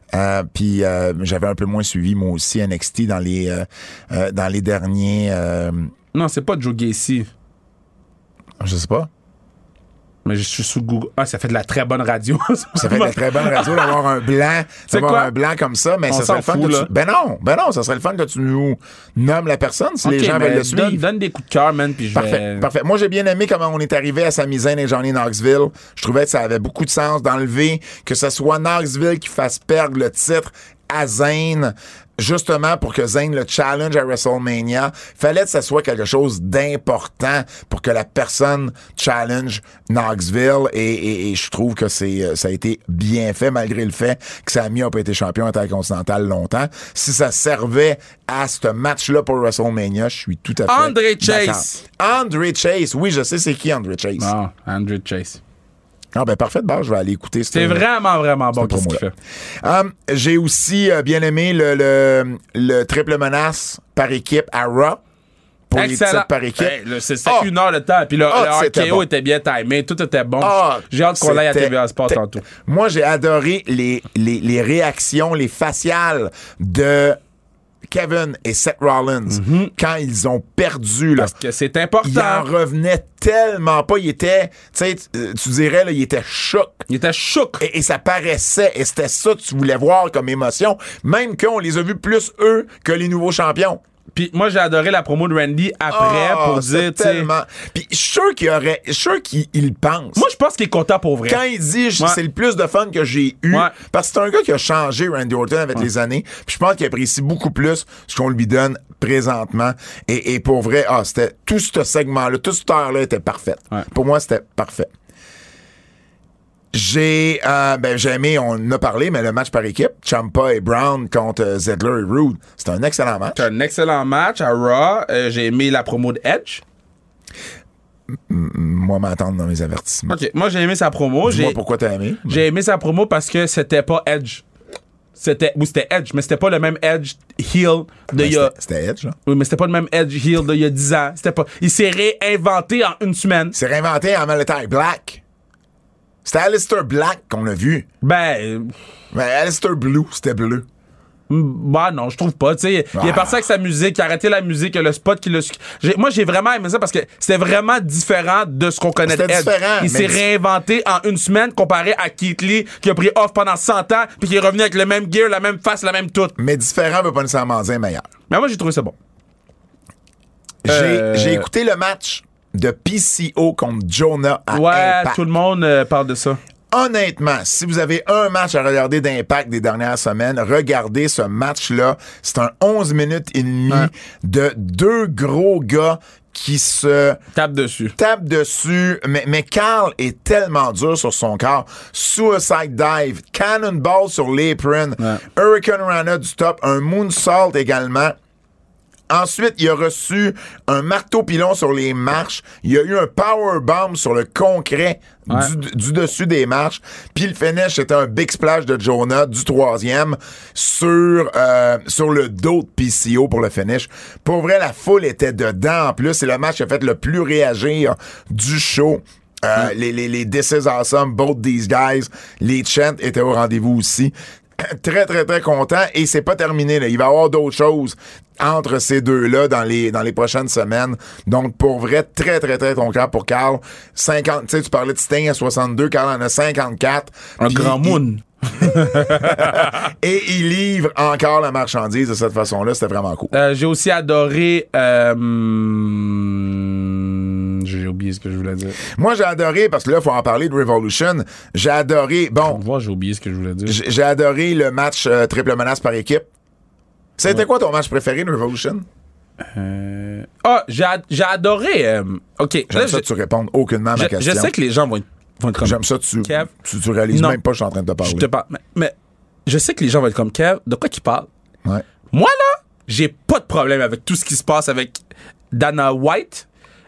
Puis j'avais un peu moins suivi, moi aussi, NXT dans les derniers... Non, c'est pas Joe Gacy. Je sais pas. Mais je suis sous Google. Ah, ça fait de la très bonne radio. Ça fait de la très bonne radio d'avoir un blanc. Un blanc comme ça, mais ça serait le fun que tu... Ben non, ça serait le fun que tu nous nommes la personne si les gens veulent le suivre. Donne des coups de cœur, man, puis je vais... Parfait. Moi, j'ai bien aimé comment on est arrivé à Sami Zayn et Johnny Knoxville. Je trouvais que ça avait beaucoup de sens d'enlever que ce soit Knoxville qui fasse perdre le titre à Zayn, justement pour que Zayn le challenge à WrestleMania. Fallait que ça soit quelque chose d'important pour que la personne challenge Knoxville et je trouve que ça a été bien fait malgré le fait que Sami n'a pas été champion intercontinental longtemps. Si ça servait à ce match-là pour WrestleMania, je suis tout à fait Andre d'accord. Chase. Andre Chase, oui, je sais c'est qui Andre Chase. Ah, Andre Chase. Ah ben parfait, je vais aller écouter. C'est vraiment, vraiment bon ce qu'il fait. J'ai aussi bien aimé le triple menace par équipe à Raw. Pour les titres par équipe. C'était 1 heure de temps. Puis le RKO était bien timé. Tout était bon. J'ai hâte qu'on aille à TVA Sport tantôt. Moi, j'ai adoré les réactions, les faciales de Kevin et Seth Rollins quand ils ont perdu. Là, parce que c'est important. Ils en revenaient tellement pas. Ils étaient, tu dirais, là, ils étaient chocs. Ils étaient chocs. Et ça paraissait. Et c'était ça que tu voulais voir comme émotion. Même qu'on les a vus plus, eux, que les nouveaux champions. Puis moi, j'ai adoré la promo de Randy après pour dire, tellement. Puis je suis sûr qu'il pense. Moi, je pense qu'il est content pour vrai. Quand il dit, c'est le plus de fun que j'ai eu, parce que c'est un gars qui a changé, Randy Orton, avec les années. Puis je pense qu'il apprécie beaucoup plus ce qu'on lui donne présentement. Et pour vrai, c'était tout ce segment-là, toute cette heure-là était parfaite. Pour moi, c'était parfait. J'ai aimé, on en a parlé, mais le match par équipe, Ciampa et Brown contre Ziggler et Rude, c'était un excellent match. C'est un excellent match à Raw. J'ai aimé la promo de Edge. Moi, m'attendre dans mes avertissements. OK, moi, j'ai aimé sa promo. Dis-moi pourquoi t'as aimé. J'ai aimé sa promo parce que c'était pas Edge. C'était Edge, mais c'était pas le même Edge heel de il y a... C'était Edge, là. Oui, mais c'était pas le même Edge heel de il y a 10 ans. C'était pas... Il s'est réinventé en une semaine. Il s'est réinventé en Malachi Black. C'était Aleister Black qu'on a vu. Mais Aleister Blue, c'était bleu. Bah non, je trouve pas. Tu sais, il est parti avec sa musique, il a arrêté la musique, le spot qui l'a... Moi, j'ai vraiment aimé ça parce que c'était vraiment différent de ce qu'on connaît de Edge. Il s'est réinventé en une semaine comparé à Keith Lee qui a pris off pendant 100 ans puis qui est revenu avec le même gear, la même face, la même tout. Mais différent veut pas nécessairement dire meilleur. Mais moi, j'ai trouvé ça bon. J'ai écouté le match de PCO contre Jonah à Impact. Tout le monde parle de ça. Honnêtement, si vous avez un match à regarder d'Impact des dernières semaines, regardez ce match-là. C'est un 11 minutes et demie de deux gros gars qui se tape dessus. Mais Carl est tellement dur sur son corps. Suicide dive, cannonball sur l'apron, Hurricane Rana du top, un moonsault également. Ensuite, il a reçu un marteau-pilon sur les marches. Il y a eu un powerbomb sur le concret du dessus des marches. Puis le finish, c'était un big splash de Jonah du 3e sur le dos de PCO pour le finish. Pour vrai, la foule était dedans en plus. C'est le match qui a fait le plus réagir du show. Les This is awesome, both these guys. Les chants étaient au rendez-vous aussi. Très, très, très content. Et c'est pas terminé, là. Il va y avoir d'autres choses entre ces deux-là dans les prochaines semaines. Donc, pour vrai, très, très, très content pour Carl. 50, tu sais, tu parlais de Sting à 62, Carl en a 54. Un grand moon. Et il livre encore la marchandise de cette façon-là. C'était vraiment cool. J'ai aussi adoré... J'ai oublié ce que je voulais dire. Moi, j'ai adoré, parce que là, il faut en parler de Revolution. J'ai adoré... Bon. J'ai oublié ce que je voulais dire. J'ai adoré le match triple menace par équipe. C'était quoi ton match préféré de Revolution? J'ai adoré... OK. J'aime ça que tu répondes aucunement à ma question. Je sais que les gens vont être comme... J'aime ça que tu réalises même pas que je suis en train de te parler. Je te parle. Mais je sais que les gens vont être comme Kev. De quoi qu'ils parlent? Ouais. Moi, là, j'ai pas de problème avec tout ce qui se passe avec Dana White.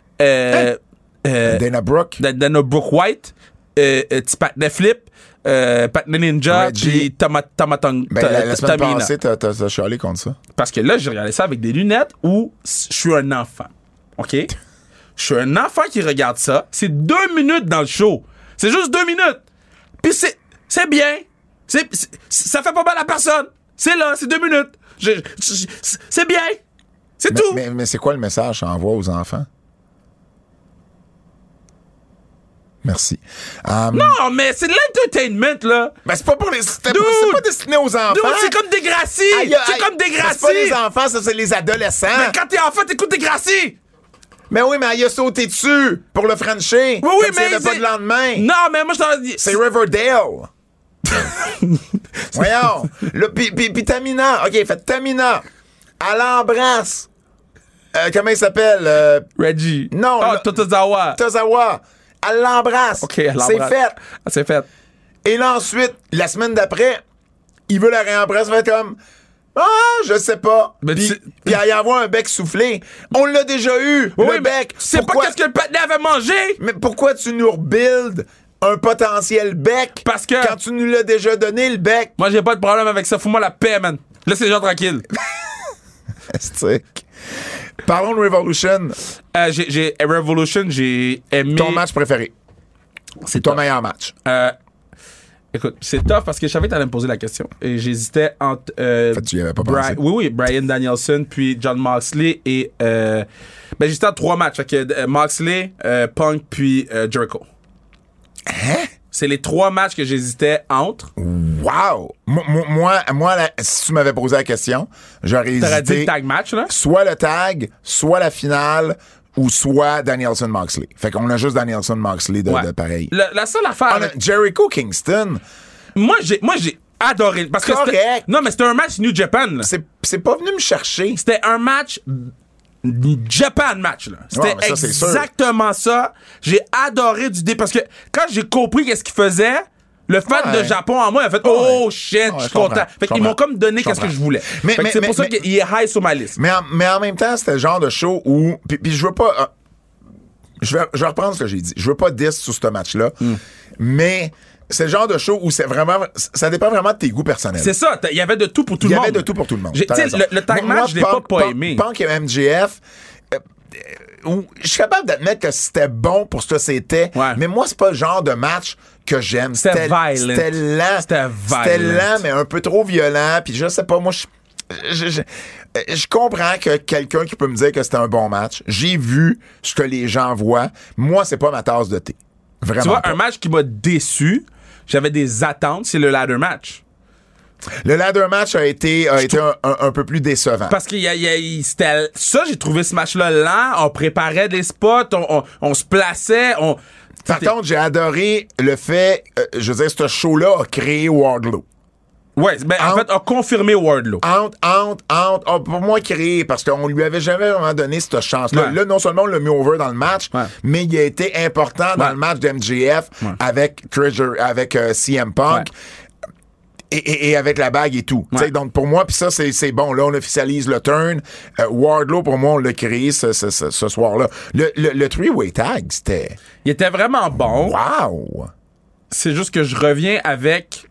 Dana Brooke. Dana Brooke White. Petit Patney Flip. Patney Ninja. Puis Tamatang. La semaine passée, t'as chialé contre ça. Parce que là, j'ai regardé ça avec des lunettes où je suis un enfant. OK? Je suis un enfant qui regarde ça. C'est 2 minutes dans le show. C'est juste 2 minutes. Puis c'est bien. Ça fait pas mal à personne. C'est là, c'est 2 minutes. C'est bien. C'est tout. Mais c'est quoi le message qu'on envoie aux enfants? Merci. Non, mais c'est de l'entertainment, là. Ben, c'est pas pour les. C'est pas destiné aux enfants. Dude, c'est comme Degrassi. C'est comme Degrassi. C'est pas les enfants, ça, c'est les adolescents. Mais quand t'es enfant, t'écoutes Degrassi. Mais oui, mais elle a sauté dessus pour le Frencher. Oui, mais il n'y avait pas de lendemain. Non, mais moi, je t'en dis. C'est Riverdale. Voyons. Puis Tamina. OK, fait Tamina. Elle l'embrasse. Comment il s'appelle? Reggie. Non. Tozawa. Elle l'embrasse. OK, elle l'embrasse. C'est fait. C'est fait. Et là, ensuite, la semaine d'après, il veut la réembrasser. Fait comme... je sais pas. Puis il y envoie un bec soufflé. On l'a déjà eu, le bec. C'est pas qu'est-ce que le patinet avait mangé. Mais pourquoi tu nous rebuilds un potentiel bec? Parce que... Quand tu nous l'as déjà donné, le bec. Moi, j'ai pas de problème avec ça. Fous-moi la paix, man. Laisse les gens tranquilles. Parlons de Revolution. Revolution, j'ai aimé... Ton match préféré. C'est ton meilleur match. Écoute, c'est tough parce que je savais que t'allais me poser la question. Et j'hésitais entre... En fait, tu y avais pas pensé. Oui, Brian Danielson, puis John Moxley et... j'hésitais entre 3 matchs. Fait que Moxley, Punk, puis Jericho. Hein? C'est les 3 matchs que j'hésitais entre. Wow! Moi si tu m'avais posé la question, j'aurais hésité... T'aurais dit le tag match, là? Soit le tag, soit la finale... ou soit Danielson-Moxley. Fait qu'on a juste Danielson-Moxley de pareil. La seule affaire... Jericho-Kingston... Moi, j'ai adoré. Parce que correct. Non, mais c'était un match New Japan, là. C'est pas venu me chercher. C'était un match... Japan match, là. C'était exactement ça. J'ai adoré du dé... Parce que quand j'ai compris qu'est-ce qu'il faisait... Le fan de Japon en moi, il a fait « Oh shit, je suis content. » Fait qu'ils m'ont comme donné qu'est-ce que je voulais. Fait que c'est pour ça qu'il est high sur ma liste. Mais en même temps, c'était le genre de show où... Puis je veux pas... je vais reprendre ce que j'ai dit. Je veux pas diss sur ce match-là, mais c'est le genre de show où c'est vraiment... Ça dépend vraiment de tes goûts personnels. C'est ça. Il y avait de tout pour tout le monde. Il y avait de tout pour tout le monde. Le tag match, je l'ai pas aimé. Punk et MJF... je suis capable d'admettre que c'était bon pour ce que c'était, mais moi, c'est pas le genre de match que j'aime. C'était violent. C'était lent. C'était lent, mais un peu trop violent. Puis je sais pas, moi, je comprends que quelqu'un qui peut me dire que c'était un bon match. J'ai vu ce que les gens voient. Moi, c'est pas ma tasse de thé. Vraiment. Tu vois, pas. Un match qui m'a déçu, j'avais des attentes, c'est le ladder match. Le ladder match a été un peu plus décevant. Parce que c'était ça, j'ai trouvé ce match-là lent. On préparait des spots, on se plaçait. Par contre, j'ai adoré le fait, je veux dire, ce show-là a créé Wardlow. Ouais, en fait, a confirmé Wardlow. Pour moi, créé, parce qu'on lui avait jamais vraiment donné cette chance-là. Ouais. Là, non seulement on l'a mis over dans le match, mais il a été important dans le match d'MJF avec CM Punk. Ouais. Et avec la bague et tout. Donc, pour moi, puis ça, c'est bon. Là, on officialise le turn. Wardlow, pour moi, on l'a créé ce soir-là. Le three-way tag, c'était... Il était vraiment bon. Wow! C'est juste que je reviens avec...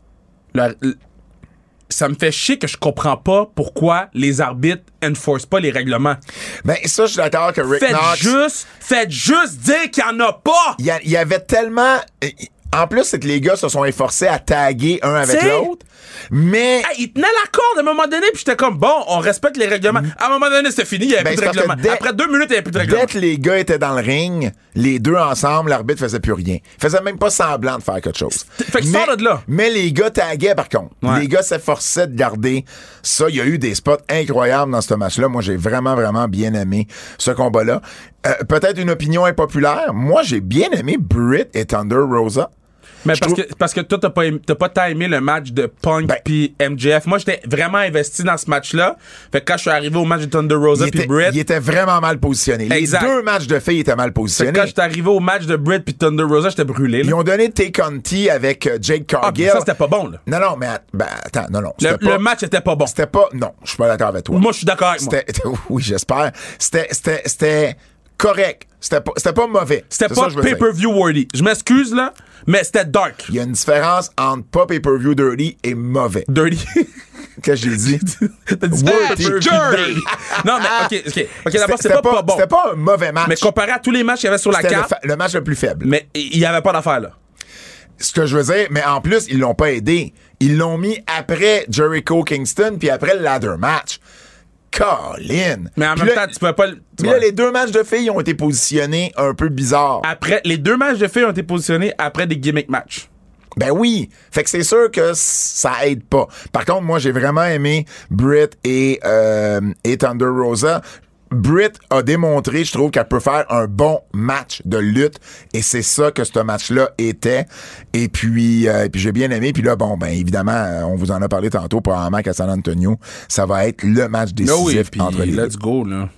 Ça me fait chier que je comprends pas pourquoi les arbitres enforcent pas les règlements. Ben, ça, je suis d'accord que Rick Knox... Faites juste dire qu'il y en a pas! Il y avait tellement... En plus, c'est que les gars se sont efforcés à taguer un avec l'autre. Mais... Ils tenaient la corde à un moment donné, puis j'étais comme, bon, on respecte les règlements. À un moment donné, c'était fini, il n'y avait plus de règlement. Après 2 minutes, il n'y avait plus de règlement. Dès que les gars étaient dans le ring, les deux ensemble, l'arbitre faisait plus rien. Il faisait même pas semblant de faire quelque chose. Fait que sort de là. Mais les gars taguaient, par contre. Ouais. Les gars s'efforçaient de garder ça. Il y a eu des spots incroyables dans ce match-là. Moi, j'ai vraiment, vraiment bien aimé ce combat-là. Peut-être une opinion impopulaire. Moi, j'ai bien aimé Britt et Thunder Rosa. Mais parce que toi, t'as pas tant aimé le match de Punk puis MJF. Moi, j'étais vraiment investi dans ce match-là. Fait que quand je suis arrivé au match de Thunder Rosa puis Britt... Il était vraiment mal positionné. Exact. Les 2 matchs de filles étaient mal positionnés. Fait que quand j'étais arrivé au match de Britt puis Thunder Rosa, j'étais brûlé. Là. Ils ont donné Tay Conti avec Jake Cargill. Ça, c'était pas bon, là. Non, mais attends, non. Le match était pas bon. C'était pas... Non, je suis pas d'accord avec toi. Moi, je suis d'accord avec moi. Oui, j'espère. C'était correct. C'était pas mauvais. C'était pas pay-per-view worthy. Je m'excuse, là, mais c'était dark. Il y a une différence entre pas pay-per-view dirty et mauvais. Dirty. Qu'est-ce que j'ai dit? T'as dit dirty. Non, mais OK, d'abord, c'était pas bon. C'était pas un mauvais match. Mais comparé à tous les matchs qu'il y avait sur la carte... le match le plus faible. Mais il y avait pas d'affaire, là. Ce que je veux dire, mais en plus, ils l'ont pas aidé. Ils l'ont mis après Jericho Kingston, puis après le ladder match. Colin! Mais en Puis même là, temps, tu peux pas... mais là, les 2 matchs de filles ont été positionnés un peu bizarres. Les 2 matchs de filles ont été positionnés après des gimmick matchs. Ben oui. Fait que c'est sûr que ça aide pas. Par contre, moi, j'ai vraiment aimé Britt et Thunder Rosa. Britt a démontré, je trouve, qu'elle peut faire un bon match de lutte, et c'est ça que ce match-là était. Et puis j'ai bien aimé. Puis là, bon, ben évidemment, on vous en a parlé tantôt, probablement qu'à San Antonio, ça va être le match décisif entre les deux. Let's go, là.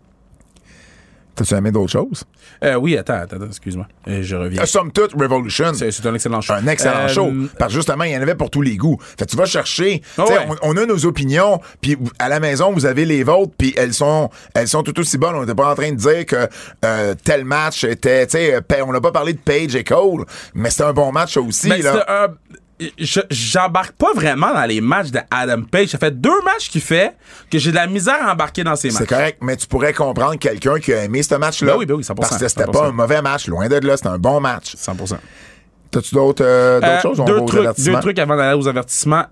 T'as-tu aimé d'autres choses? Oui, attends, excuse-moi. Je reviens. Somme toute, Revolution. C'est un excellent show. Un excellent show. Parce que justement, il y en avait pour tous les goûts. Fait que tu vas chercher. Oh T'sais, ouais. on a nos opinions, puis à la maison, vous avez les vôtres, puis elles sont tout aussi bonnes. On n'était pas en train de dire que tel match était... on n'a pas parlé de Paige et Cole, mais c'était un bon match aussi. Ben, Là. J'embarque pas vraiment dans les matchs de Adam Page. Ça fait 2 matchs qu'il fait que j'ai de la misère à embarquer dans ces matchs. C'est correct, mais tu pourrais comprendre quelqu'un qui a aimé ce match-là. Ben oui, 100%. Parce que c'était 100%. pas un mauvais match. Loin de là, c'était un bon match. 100%. T'as-tu d'autres choses? On va aux 2 avertissements. trucs avant d'aller aux avertissements.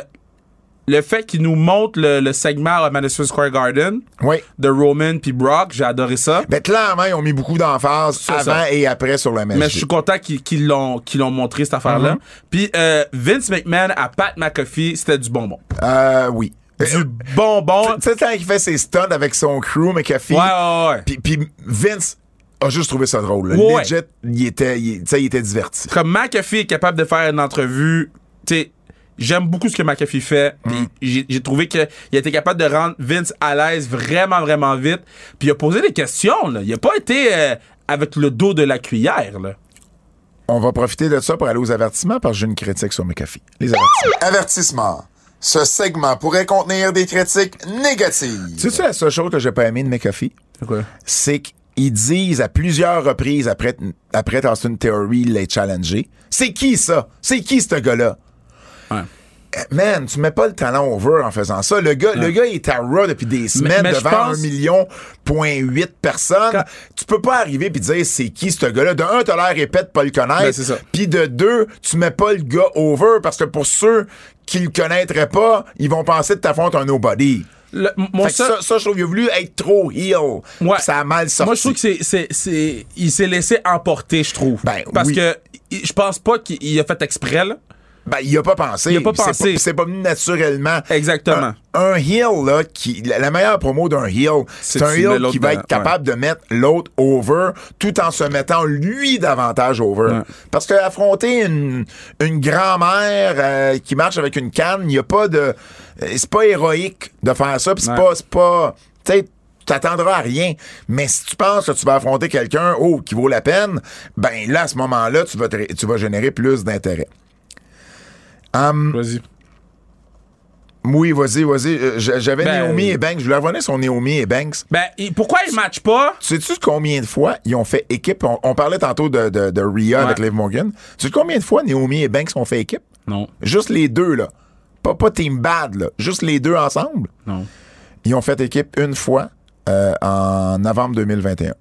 Le fait qu'il nous montre le segment à Madison Square Garden Oui. de Roman puis Brock, j'ai adoré ça. Ben, clairement, ils ont mis beaucoup d'emphase C'est avant ça. et après sur le MSG. Mais je suis content qu'ils l'ont montré, cette affaire-là. Puis Vince McMahon à Pat McAfee, c'était du bonbon. Oui. Du bonbon. Tu sais, quand il fait ses stunts avec son crew, McAfee. Ouais. Puis Vince a juste trouvé ça drôle. Là. Ouais. Legit, il était diverti. Comme McAfee est capable de faire une entrevue, tu sais, j'aime beaucoup ce que McAfee fait. Puis j'ai trouvé qu'il a été capable de rendre Vince à l'aise vraiment, vraiment vite. Puis il a posé des questions, là. Il a pas été avec le dos de la cuillère, là. On va profiter de ça pour aller aux avertissements parce que j'ai une critique sur McAfee. Les avertissements. Avertissement. Ce segment pourrait contenir des critiques négatives. Tu sais, la seule chose que j'ai pas aimé de McAfee, C'est quoi? c'est qu'ils disent à plusieurs reprises après Austin Theory les challenger. C'est qui ça? C'est qui ce gars-là? Ouais. Man, tu mets pas le talent over en faisant ça. Le gars, il est à Raw depuis des semaines mais devant je pense- 1,8 million personnes. Tu peux pas arriver pis dire c'est qui ce gars-là. De un, t'as l'air épais de pas le Ben, connaître. c'est ça. Puis de deux, tu mets pas le gars over parce que pour ceux qui le connaîtraient pas, ils vont penser que t'affrontes un nobody. Mon Fait que ça, je trouve qu'il a voulu être trop heel. Ouais. Pis ça a mal sorti. Moi, je trouve que il s'est laissé emporter, je trouve. Ben, Parce oui. que je pense pas qu'il a fait exprès, là. Ben, il a pas pensé. Il a pas pensé. C'est pas venu naturellement. Exactement. Un heel, là, la meilleure promo d'un heel, c'est un tu mets heel l'autre qui va dedans, être capable de mettre l'autre over tout en se mettant lui davantage over. Ouais. Parce que affronter une grand-mère qui marche avec une canne, il y a pas de... c'est pas héroïque de faire ça, pis c'est Ouais. pas... Tu sais, tu t'attendras à rien. Mais si tu penses que tu vas affronter quelqu'un, qui vaut la peine, ben là, à ce moment-là, tu vas générer plus d'intérêt. Vas-y. Oui, vas-y. J'avais Ben, Naomi et Banks. Je voulais revenir sur Naomi et Banks. Ben, pourquoi ils matchent pas? Sais-tu combien de fois ils ont fait équipe? On parlait tantôt de Rhea avec Liv Morgan. Sais-tu combien de fois Naomi et Banks ont fait équipe? Non. Juste les deux, là. Pas Team Bad, là. Juste les deux ensemble. Non. Ils ont fait équipe une fois en novembre 2021.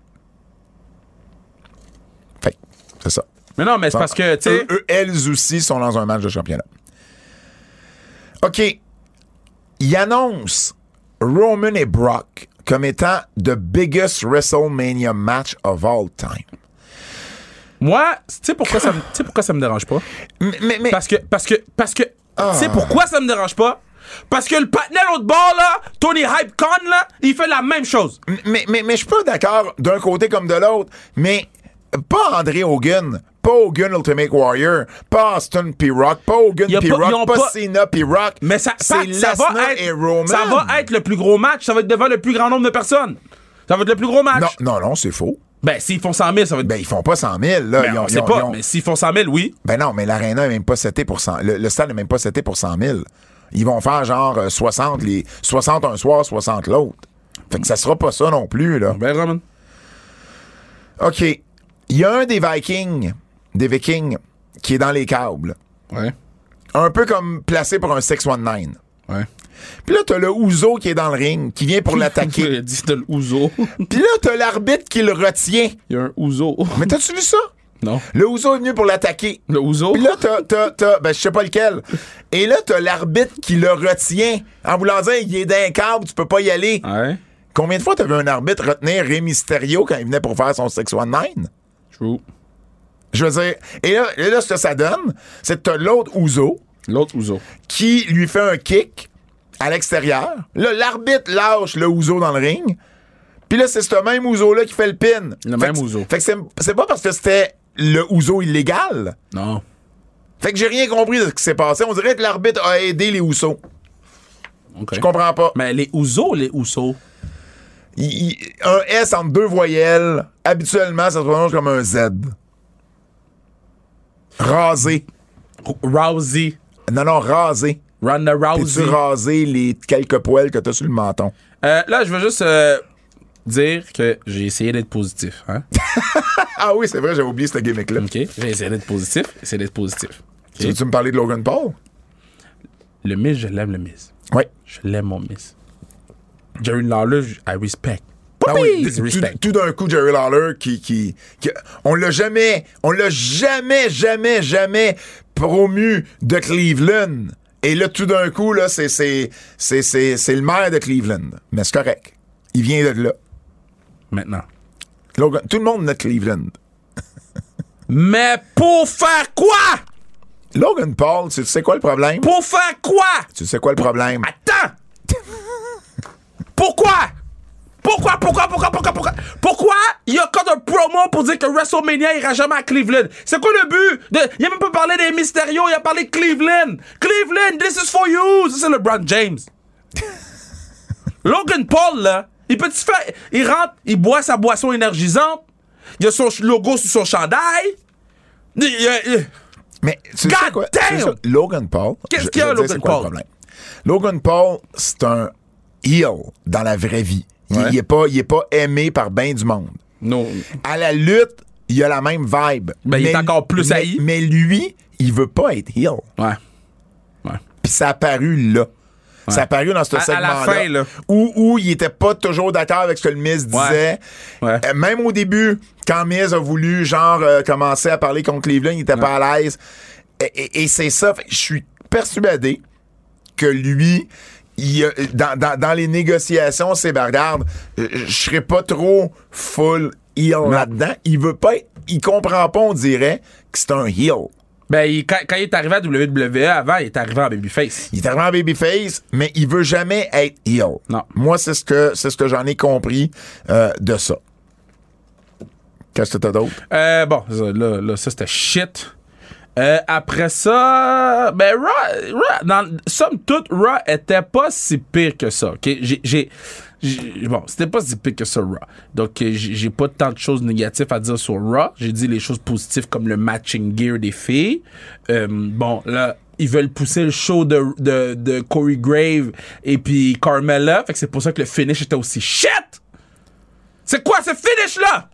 Fait que, c'est ça. Mais non, mais c'est parce que, tu sais... Elles aussi sont dans un match de championnat. OK. Ils annoncent Roman et Brock comme étant the biggest WrestleMania match of all time. Moi, tu sais pourquoi ça me dérange pas? Mais Parce que, tu sais pourquoi ça me dérange pas? Parce que le partenaire l'autre bord, là, Tony Hype Con, là, il fait la même chose. mais je suis pas d'accord d'un côté comme de l'autre, mais pas André Hogan, pas Hogan Ultimate Warrior, pas Austin P. Rock, pas Hogan Y a P. pas- Rock, ils ont pas pas- Cena P. Rock. Mais ça c'est va Lesnar être, et Roman. ça va être le plus gros match. Ça va être devant le plus grand nombre de personnes. Ça va être le plus gros match. Non, c'est faux. Ben, s'ils font 100 000, ça va être... Ben, ils font pas 100 000, là. Ben, Ils ont- on ils sait ont- pas, ils ont- mais s'ils font 100 000, oui. Ben non, mais l'aréna est même pas seté pour 100 le stade est même pas seté pour 100 000. Ils vont faire genre 60 un soir, 60 l'autre. Fait que ça sera pas ça non plus, là. Ben, Roman. OK. Il y a un des Vikings, qui est dans les câbles. Ouais. Un peu comme placé pour un 619. Ouais. Puis là, t'as le Ouzo qui est dans le ring, qui vient pour l'attaquer. Il dit de l'ouzo. Puis là, t'as l'arbitre qui le retient. Il y a un ouzo. Mais t'as-tu vu ça? Non. Le Ouzo est venu pour l'attaquer. Le Ouzo? Puis là, t'as ben, je sais pas lequel. Et là, t'as l'arbitre qui le retient en voulant dire, il est d'un câble, tu peux pas y aller. Ouais. Combien de fois t'as vu un arbitre retenir Rey Mysterio quand il venait pour faire son 619? True. Je veux dire, et là, ce que ça donne, c'est que t'as l'autre Ouzo L'autre Ouzo. qui lui fait un kick à l'extérieur. Là, l'arbitre lâche le Ouzo dans le ring. Puis là, c'est ce même Ouzo-là qui fait le pin. Le même Ouzo. Fait que c'est pas parce que c'était le Ouzo illégal. Non. Fait que j'ai rien compris de ce qui s'est passé. On dirait que l'arbitre a aidé les Ouzo. Okay. Je comprends pas. Mais les Ouzo, Un S entre deux voyelles, habituellement, ça se prononce comme un Z. Rasé. Rousey. Non, rasé. Ronda Rousey. T'es-tu rasé les quelques poils que t'as sur le menton? Là, je veux juste dire que j'ai essayé d'être positif. Hein? Ah oui, c'est vrai, j'avais oublié cette gimmick-là. OK? J'ai essayé d'être positif. Okay? Tu veux-tu me parler de Logan Paul? Le Miz, je l'aime, le Miz. Oui. Je l'aime, mon Miz. Jerry Lawler, I respect. Ah oui, Respect. tout d'un coup, Jerry Lawler on l'a jamais promu de Cleveland. Et là, tout d'un coup, là, c'est le maire de Cleveland. Mais c'est correct. Il vient de là. Maintenant. Logan, tout le monde est de Cleveland. Mais pour faire quoi? Logan Paul, tu sais quoi le problème? Pour faire quoi? Tu sais quoi le problème? Attends! Pourquoi il a encore un promo pour dire que WrestleMania ira jamais à Cleveland? C'est quoi le but? Il a même pas parlé des Mysterio, il a parlé de Cleveland. Cleveland, this is for you. Ça, c'est LeBron James. Logan Paul, là, il peut faire... Il rentre, il boit sa boisson énergisante. Il a son logo sur son chandail. Mais tu sais God quoi? damn! Logan Paul... Qu'est-ce qu'il y a, Logan Paul? Logan Paul, c'est un heel dans la vraie vie. Ouais. Il est pas aimé par ben du monde. Non. À la lutte, il a la même vibe. Ben, il est encore plus haï. Mais lui, il veut pas être heel. Ouais. Puis ça a apparu là. Ouais. Ça a apparu dans ce segment-là. À la fin, là. Où il était pas toujours d'accord avec ce que le Miz disait. Ouais. Même au début, quand Miz a voulu, commencer à parler contre Cleveland, il était pas à l'aise. Et c'est ça. Je suis persuadé que lui... dans les négociations, c'est regarde, je serais pas trop full heel là-dedans. Il veut pas, il comprend pas, on dirait, que c'est un heel. Ben, quand il est arrivé à WWE avant, il est arrivé en babyface. Il est arrivé en babyface, mais il veut jamais être heel. Non. Moi, c'est ce que j'en ai compris de ça. Qu'est-ce que t'as d'autre? Bon, là, ça c'était shit. Après ça, ben Raw, somme toute, Raw était pas si pire que ça. Ok, bon, c'était pas si pire que ça, Raw. Donc j'ai pas tant de choses négatives à dire sur Raw. J'ai dit les choses positives comme le matching gear des filles. Bon, là, ils veulent pousser le show de Corey Grave et puis Carmella. Fait que c'est pour ça que le finish était aussi shit. C'est quoi ce finish là?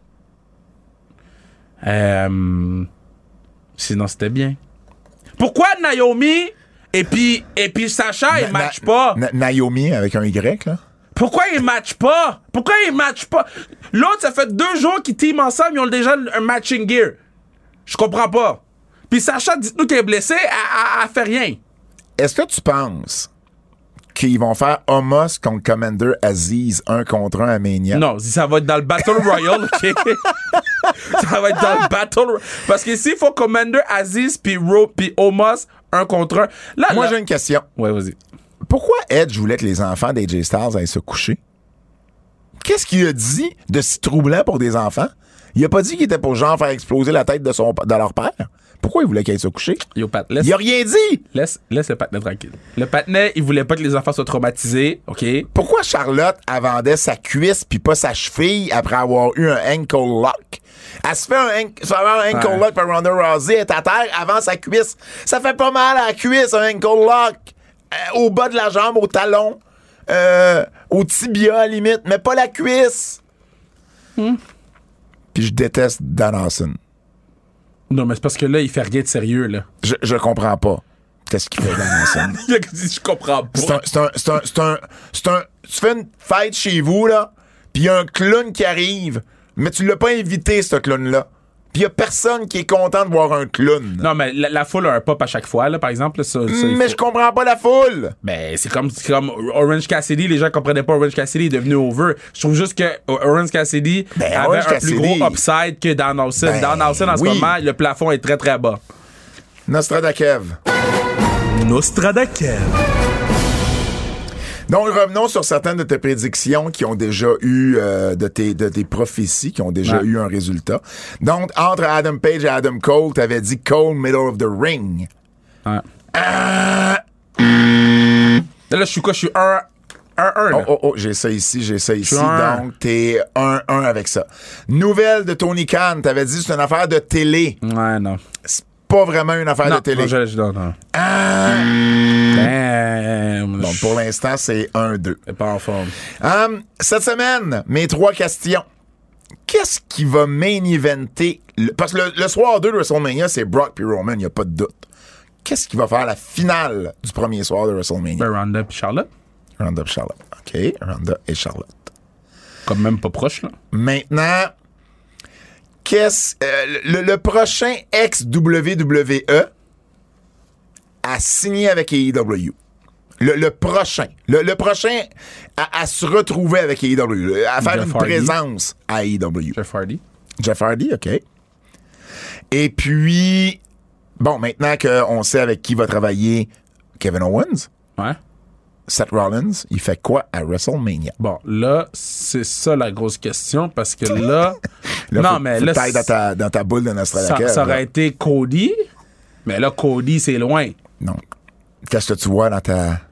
Sinon, c'était bien. Pourquoi Naomi et puis Sacha, ils matchent pas? Naomi avec un Y, là? Pourquoi ils matchent pas? L'autre, ça fait 2 jours qu'ils teament ensemble, ils ont déjà un matching gear. Je comprends pas. Puis Sacha, dites-nous qu'elle est blessée, elle fait rien. Est-ce que tu penses qu'ils vont faire Omos contre Commander Aziz 1 contre 1 à Mania? Non, ça va être dans le Battle Royale, OK? Ça va être dans le Battle Royale. Parce que s'il faut Commander Aziz puis Omos 1 contre 1... Là, moi, j'ai une question. Ouais, vas-y. Pourquoi Edge voulait que les enfants d'AJ Styles aillent se coucher? Qu'est-ce qu'il a dit de si troublant pour des enfants? Il a pas dit qu'il était pour genre faire exploser la tête de leur père. Pourquoi il voulait qu'ils aillent se coucher? Yo, Pat, il a rien dit! Laisse le patinet tranquille. Le patinet, il voulait pas que les enfants soient traumatisés, OK? Pourquoi Charlotte, elle vendait sa cuisse puis pas sa cheville après avoir eu un ankle lock? Elle se fait un ankle lock par Ronda Rousey, elle est à terre avant sa cuisse. Ça fait pas mal à la cuisse, un ankle lock. Au bas de la jambe, au talon, au tibia à la limite, mais pas la cuisse. Puis je déteste Danielson. Non, mais c'est parce que là, il fait rien de sérieux, là. Je comprends pas. Qu'est-ce qu'il fait Danielson? Je comprends pas. Tu fais une fête chez vous, là, puis il y a un clown qui arrive, mais tu l'as pas invité, ce clown-là. Puis il y a personne qui est content de voir un clown. Non, mais la foule a un pop à chaque fois, là, par exemple. Là, ça, Mais je comprends pas la foule. Ben, c'est comme Orange Cassidy. Les gens comprenaient pas Orange Cassidy. Il est devenu over. Je trouve juste que Orange Cassidy avait Orange un Cassidy. plus gros upside que Dan Nelson. Dan Nelson, en ce moment, le plafond est très, très bas. Nostradakev. Nostradakev. Donc, revenons sur certaines de tes prédictions qui ont déjà eu, de tes prophéties, qui ont déjà eu un résultat. Donc, entre Adam Page et Adam Cole, t'avais dit Cole, middle of the ring. Ouais. Là, je suis quoi? Je suis 1-1. Oh, j'ai ça ici. Donc, t'es 1-1 avec ça. Nouvelle de Tony Khan, t'avais dit c'est une affaire de télé. Ouais, non. C'est pas vraiment une affaire de télé. Non. Donc, pour l'instant, c'est 1-2. C'est pas en forme. Cette semaine, mes 3 questions. Qu'est-ce qui va main eventer? Parce que le soir 2 de WrestleMania, c'est Brock puis Roman, il n'y a pas de doute. Qu'est-ce qui va faire la finale du premier soir de WrestleMania? Ben, Ronda puis Charlotte. Ronda et Charlotte. OK, Ronda et Charlotte. Comme même pas proche, là. Maintenant, le prochain ex-WWE a signé avec AEW. Le prochain. Le prochain à se retrouver avec AEW. À faire Jeff une Hardy. présence à AEW. Jeff Hardy, OK. Et puis, bon, maintenant qu'on sait avec qui va travailler Kevin Owens, ouais. Seth Rollins, il fait quoi à WrestleMania? Bon, là, c'est ça la grosse question, parce que là... non, mais là... Faut dans ta boule de Nostradakev. Ça aurait été Cody, mais là, Cody, c'est loin. Non. Qu'est-ce que tu vois dans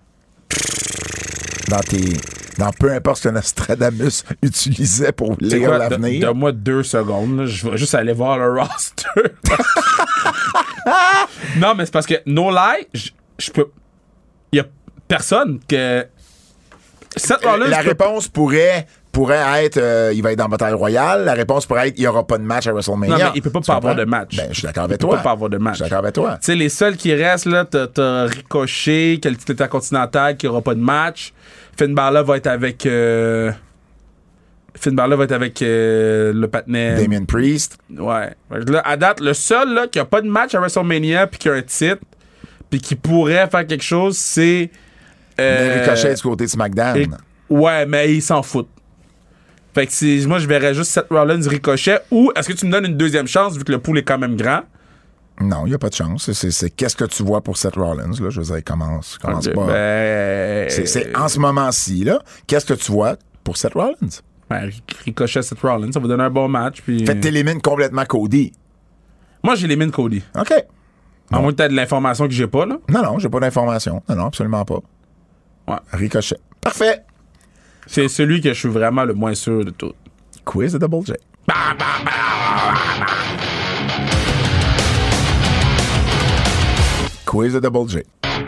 peu importe ce que Nostradamus utilisait pour lire l'avenir? Donne-moi 2 secondes, là, je vais juste aller voir le roster. Non, mais c'est parce que, no lie, je peux... Il y a personne que... Seth Rollins... La réponse pourrait être il va être dans Bataille Royale. La réponse pourrait être il n'y aura pas de match à WrestleMania. Non, mais il peut pas avoir de match. Ben, je suis d'accord avec toi. Il peut pas avoir de match. Je suis d'accord avec toi. Tu sais, les seuls qui restent, là, t'as Ricochet, qui a le titre intercontinental, qui aura pas de match. Finn Balor va être avec... le patinet... Damien Priest. Ouais. Là, à date, le seul là, qui a pas de match à WrestleMania puis qui a un titre puis qui pourrait faire quelque chose, c'est... Ricochet du côté de SmackDown. Ouais, mais ils s'en foutent. Fait que moi, je verrais juste Seth Rollins, Ricochet, ou est-ce que tu me donnes une deuxième chance vu que le pool est quand même grand? Non, il n'y a pas de chance. C'est qu'est-ce que tu vois pour Seth Rollins, là? Je veux dire, commence Okay, pas. Ben... C'est en ce moment-ci, là. Qu'est-ce que tu vois pour Seth Rollins? Ben, Ricochet, Seth Rollins, ça va donner un bon match. Puis... Fait que t'élimines complètement Cody. Moi, j'élimine Cody. OK. À moins que t'aies de l'information que j'ai pas, là. Non, j'ai pas d'informations. Non, absolument pas. Ouais. Ricochet. Parfait. C'est celui que je suis vraiment le moins sûr de tout. Quiz de Double J. Quiz de Double J.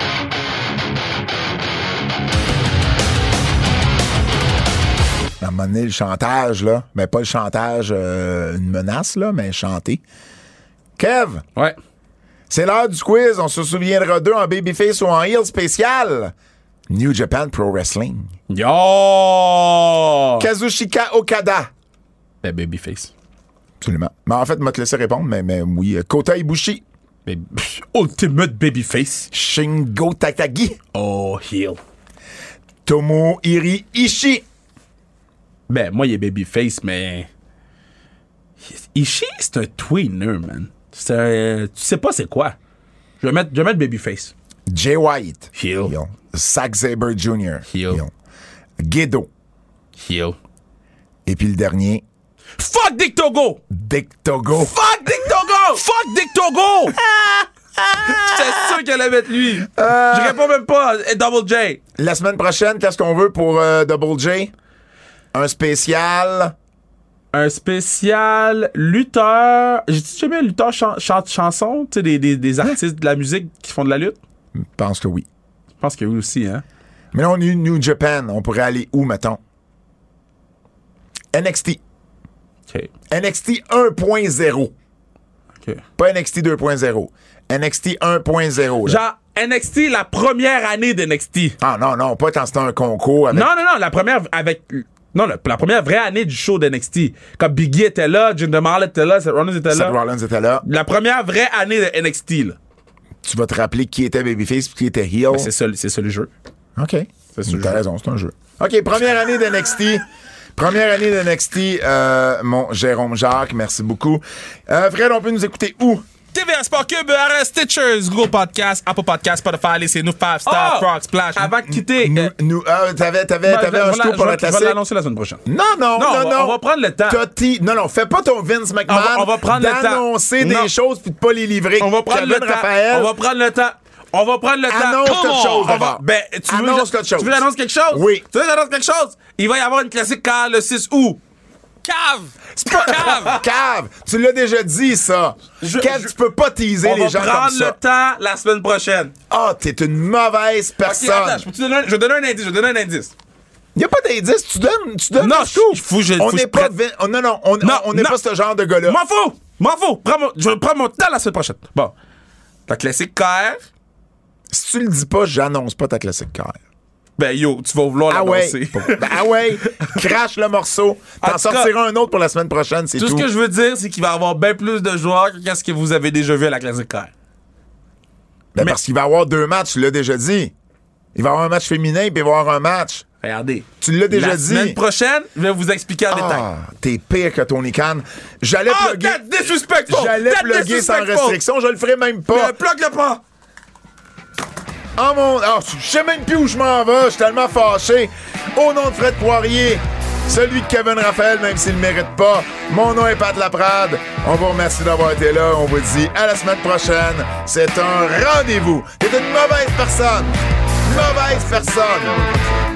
À un moment donné, le chantage, là. Mais pas le chantage, une menace, là, mais chanter. Kev! Ouais. C'est l'heure du quiz. On se souviendra d'eux en babyface ou en heel spécial. New Japan Pro Wrestling. Yo! Kazuchika Okada. Ben, babyface. Absolument. Mais en fait, je vais te laisser répondre, mais oui. Kota Ibushi. Ultimate babyface. Shingo Takagi. Oh, heel. Tomohiro Ishii. Ben, moi, il est babyface, mais... Ishii, c'est un tweener, man. Tu sais pas c'est quoi. Je vais mettre babyface. Jay White. Heel. Zack Sabre Jr. Heel. Gedo. Heel. Et puis le dernier. Fuck Dick Togo! Dick Togo. Fuck Dick Togo! Fuck Dick Togo! J'étais sûr qu'elle allait mettre lui. Je réponds même pas. Double J. La semaine prochaine, qu'est-ce qu'on veut pour Double J? Un spécial. Un spécial lutteur. J'ai dit jamais lutteur chante chanson, tu sais, des artistes de la musique qui font de la lutte? Je pense que oui. Je pense que oui aussi, hein. Mais là, on est New Japan. On pourrait aller où, mettons? NXT. OK. NXT 1.0. OK. Pas NXT 2.0. NXT 1.0. là. Genre, NXT, la première année d'NXT. Ah non, pas quand c'était un concours avec... Non, la première avec Non, la première vraie année du show d'NXT. Comme Biggie était là, Jinder Mahal était là, Seth Rollins était là. Seth Rollins était là. La première vraie année de NXT, là. Tu vas te rappeler qui était Babyface et qui était Heel. Ben, c'est ça le jeu. OK. C'est T'as raison, c'est un jeu. OK, première année de NXT. Première année de NXT, mon Jérôme Jacques, merci beaucoup. Fred, on peut nous écouter où? TVA Sport Cube, Stitchers, Google Podcast, Apple Podcast, Spotify, laissez-nous 5 stars, Frog Splash. Avant de quitter... T'avais un show pour la classique? Je vais l'annoncer la semaine prochaine. Non. On va prendre le temps. Non, fais pas ton Vince McMahon on va prendre le temps. D'annoncer des choses puis de pas les livrer. On va prendre le temps. Raphaël, on va prendre le temps. Annonce quelque chose. Annonce quelque chose. Tu veux que j'annonce quelque chose? Oui. Tu veux que j'annonce quelque chose? Il va y avoir une classique car le 6 août. Cave! C'est pas cave! Tu l'as déjà dit, ça. Tu peux pas teaser les gens comme ça. On va prendre le temps la semaine prochaine. Ah, t'es une mauvaise personne. Okay, attends, je vais donner un indice. Il n'y a pas d'indice. Tu donnes non, tout. On n'est pas... On n'est pas ce genre de gars-là. M'en fous. Je vais prendre mon temps la semaine prochaine. Bon. La classique KR. Si tu le dis pas, j'annonce pas ta classique KR. Ben yo, tu vas vouloir l'annoncer. Crache le morceau. T'en sortiras un autre pour la semaine prochaine, c'est tout. Tout ce que je veux dire, c'est qu'il va y avoir bien plus de joueurs que ce que vous avez déjà vu à la classique KR. Parce qu'il va y avoir 2 matchs, tu l'as déjà dit. Il va y avoir un match féminin puis il va y avoir un match. Regardez. Tu l'as déjà dit. La semaine prochaine, je vais vous expliquer en détail. T'es pire que Tony Khan. J'allais plugger. J'allais plugger sans restriction, je le ferai même pas. Mais plug-le pas. Je sais même plus où je m'en vais, je suis tellement fâché. Au nom de Fred Poirier, celui de Kevin Raphaël, même s'il ne le mérite pas, mon nom est Pat Laprade. On vous remercie d'avoir été là. On vous dit à la semaine prochaine. C'est un rendez-vous. T'es une mauvaise personne. Mauvaise personne.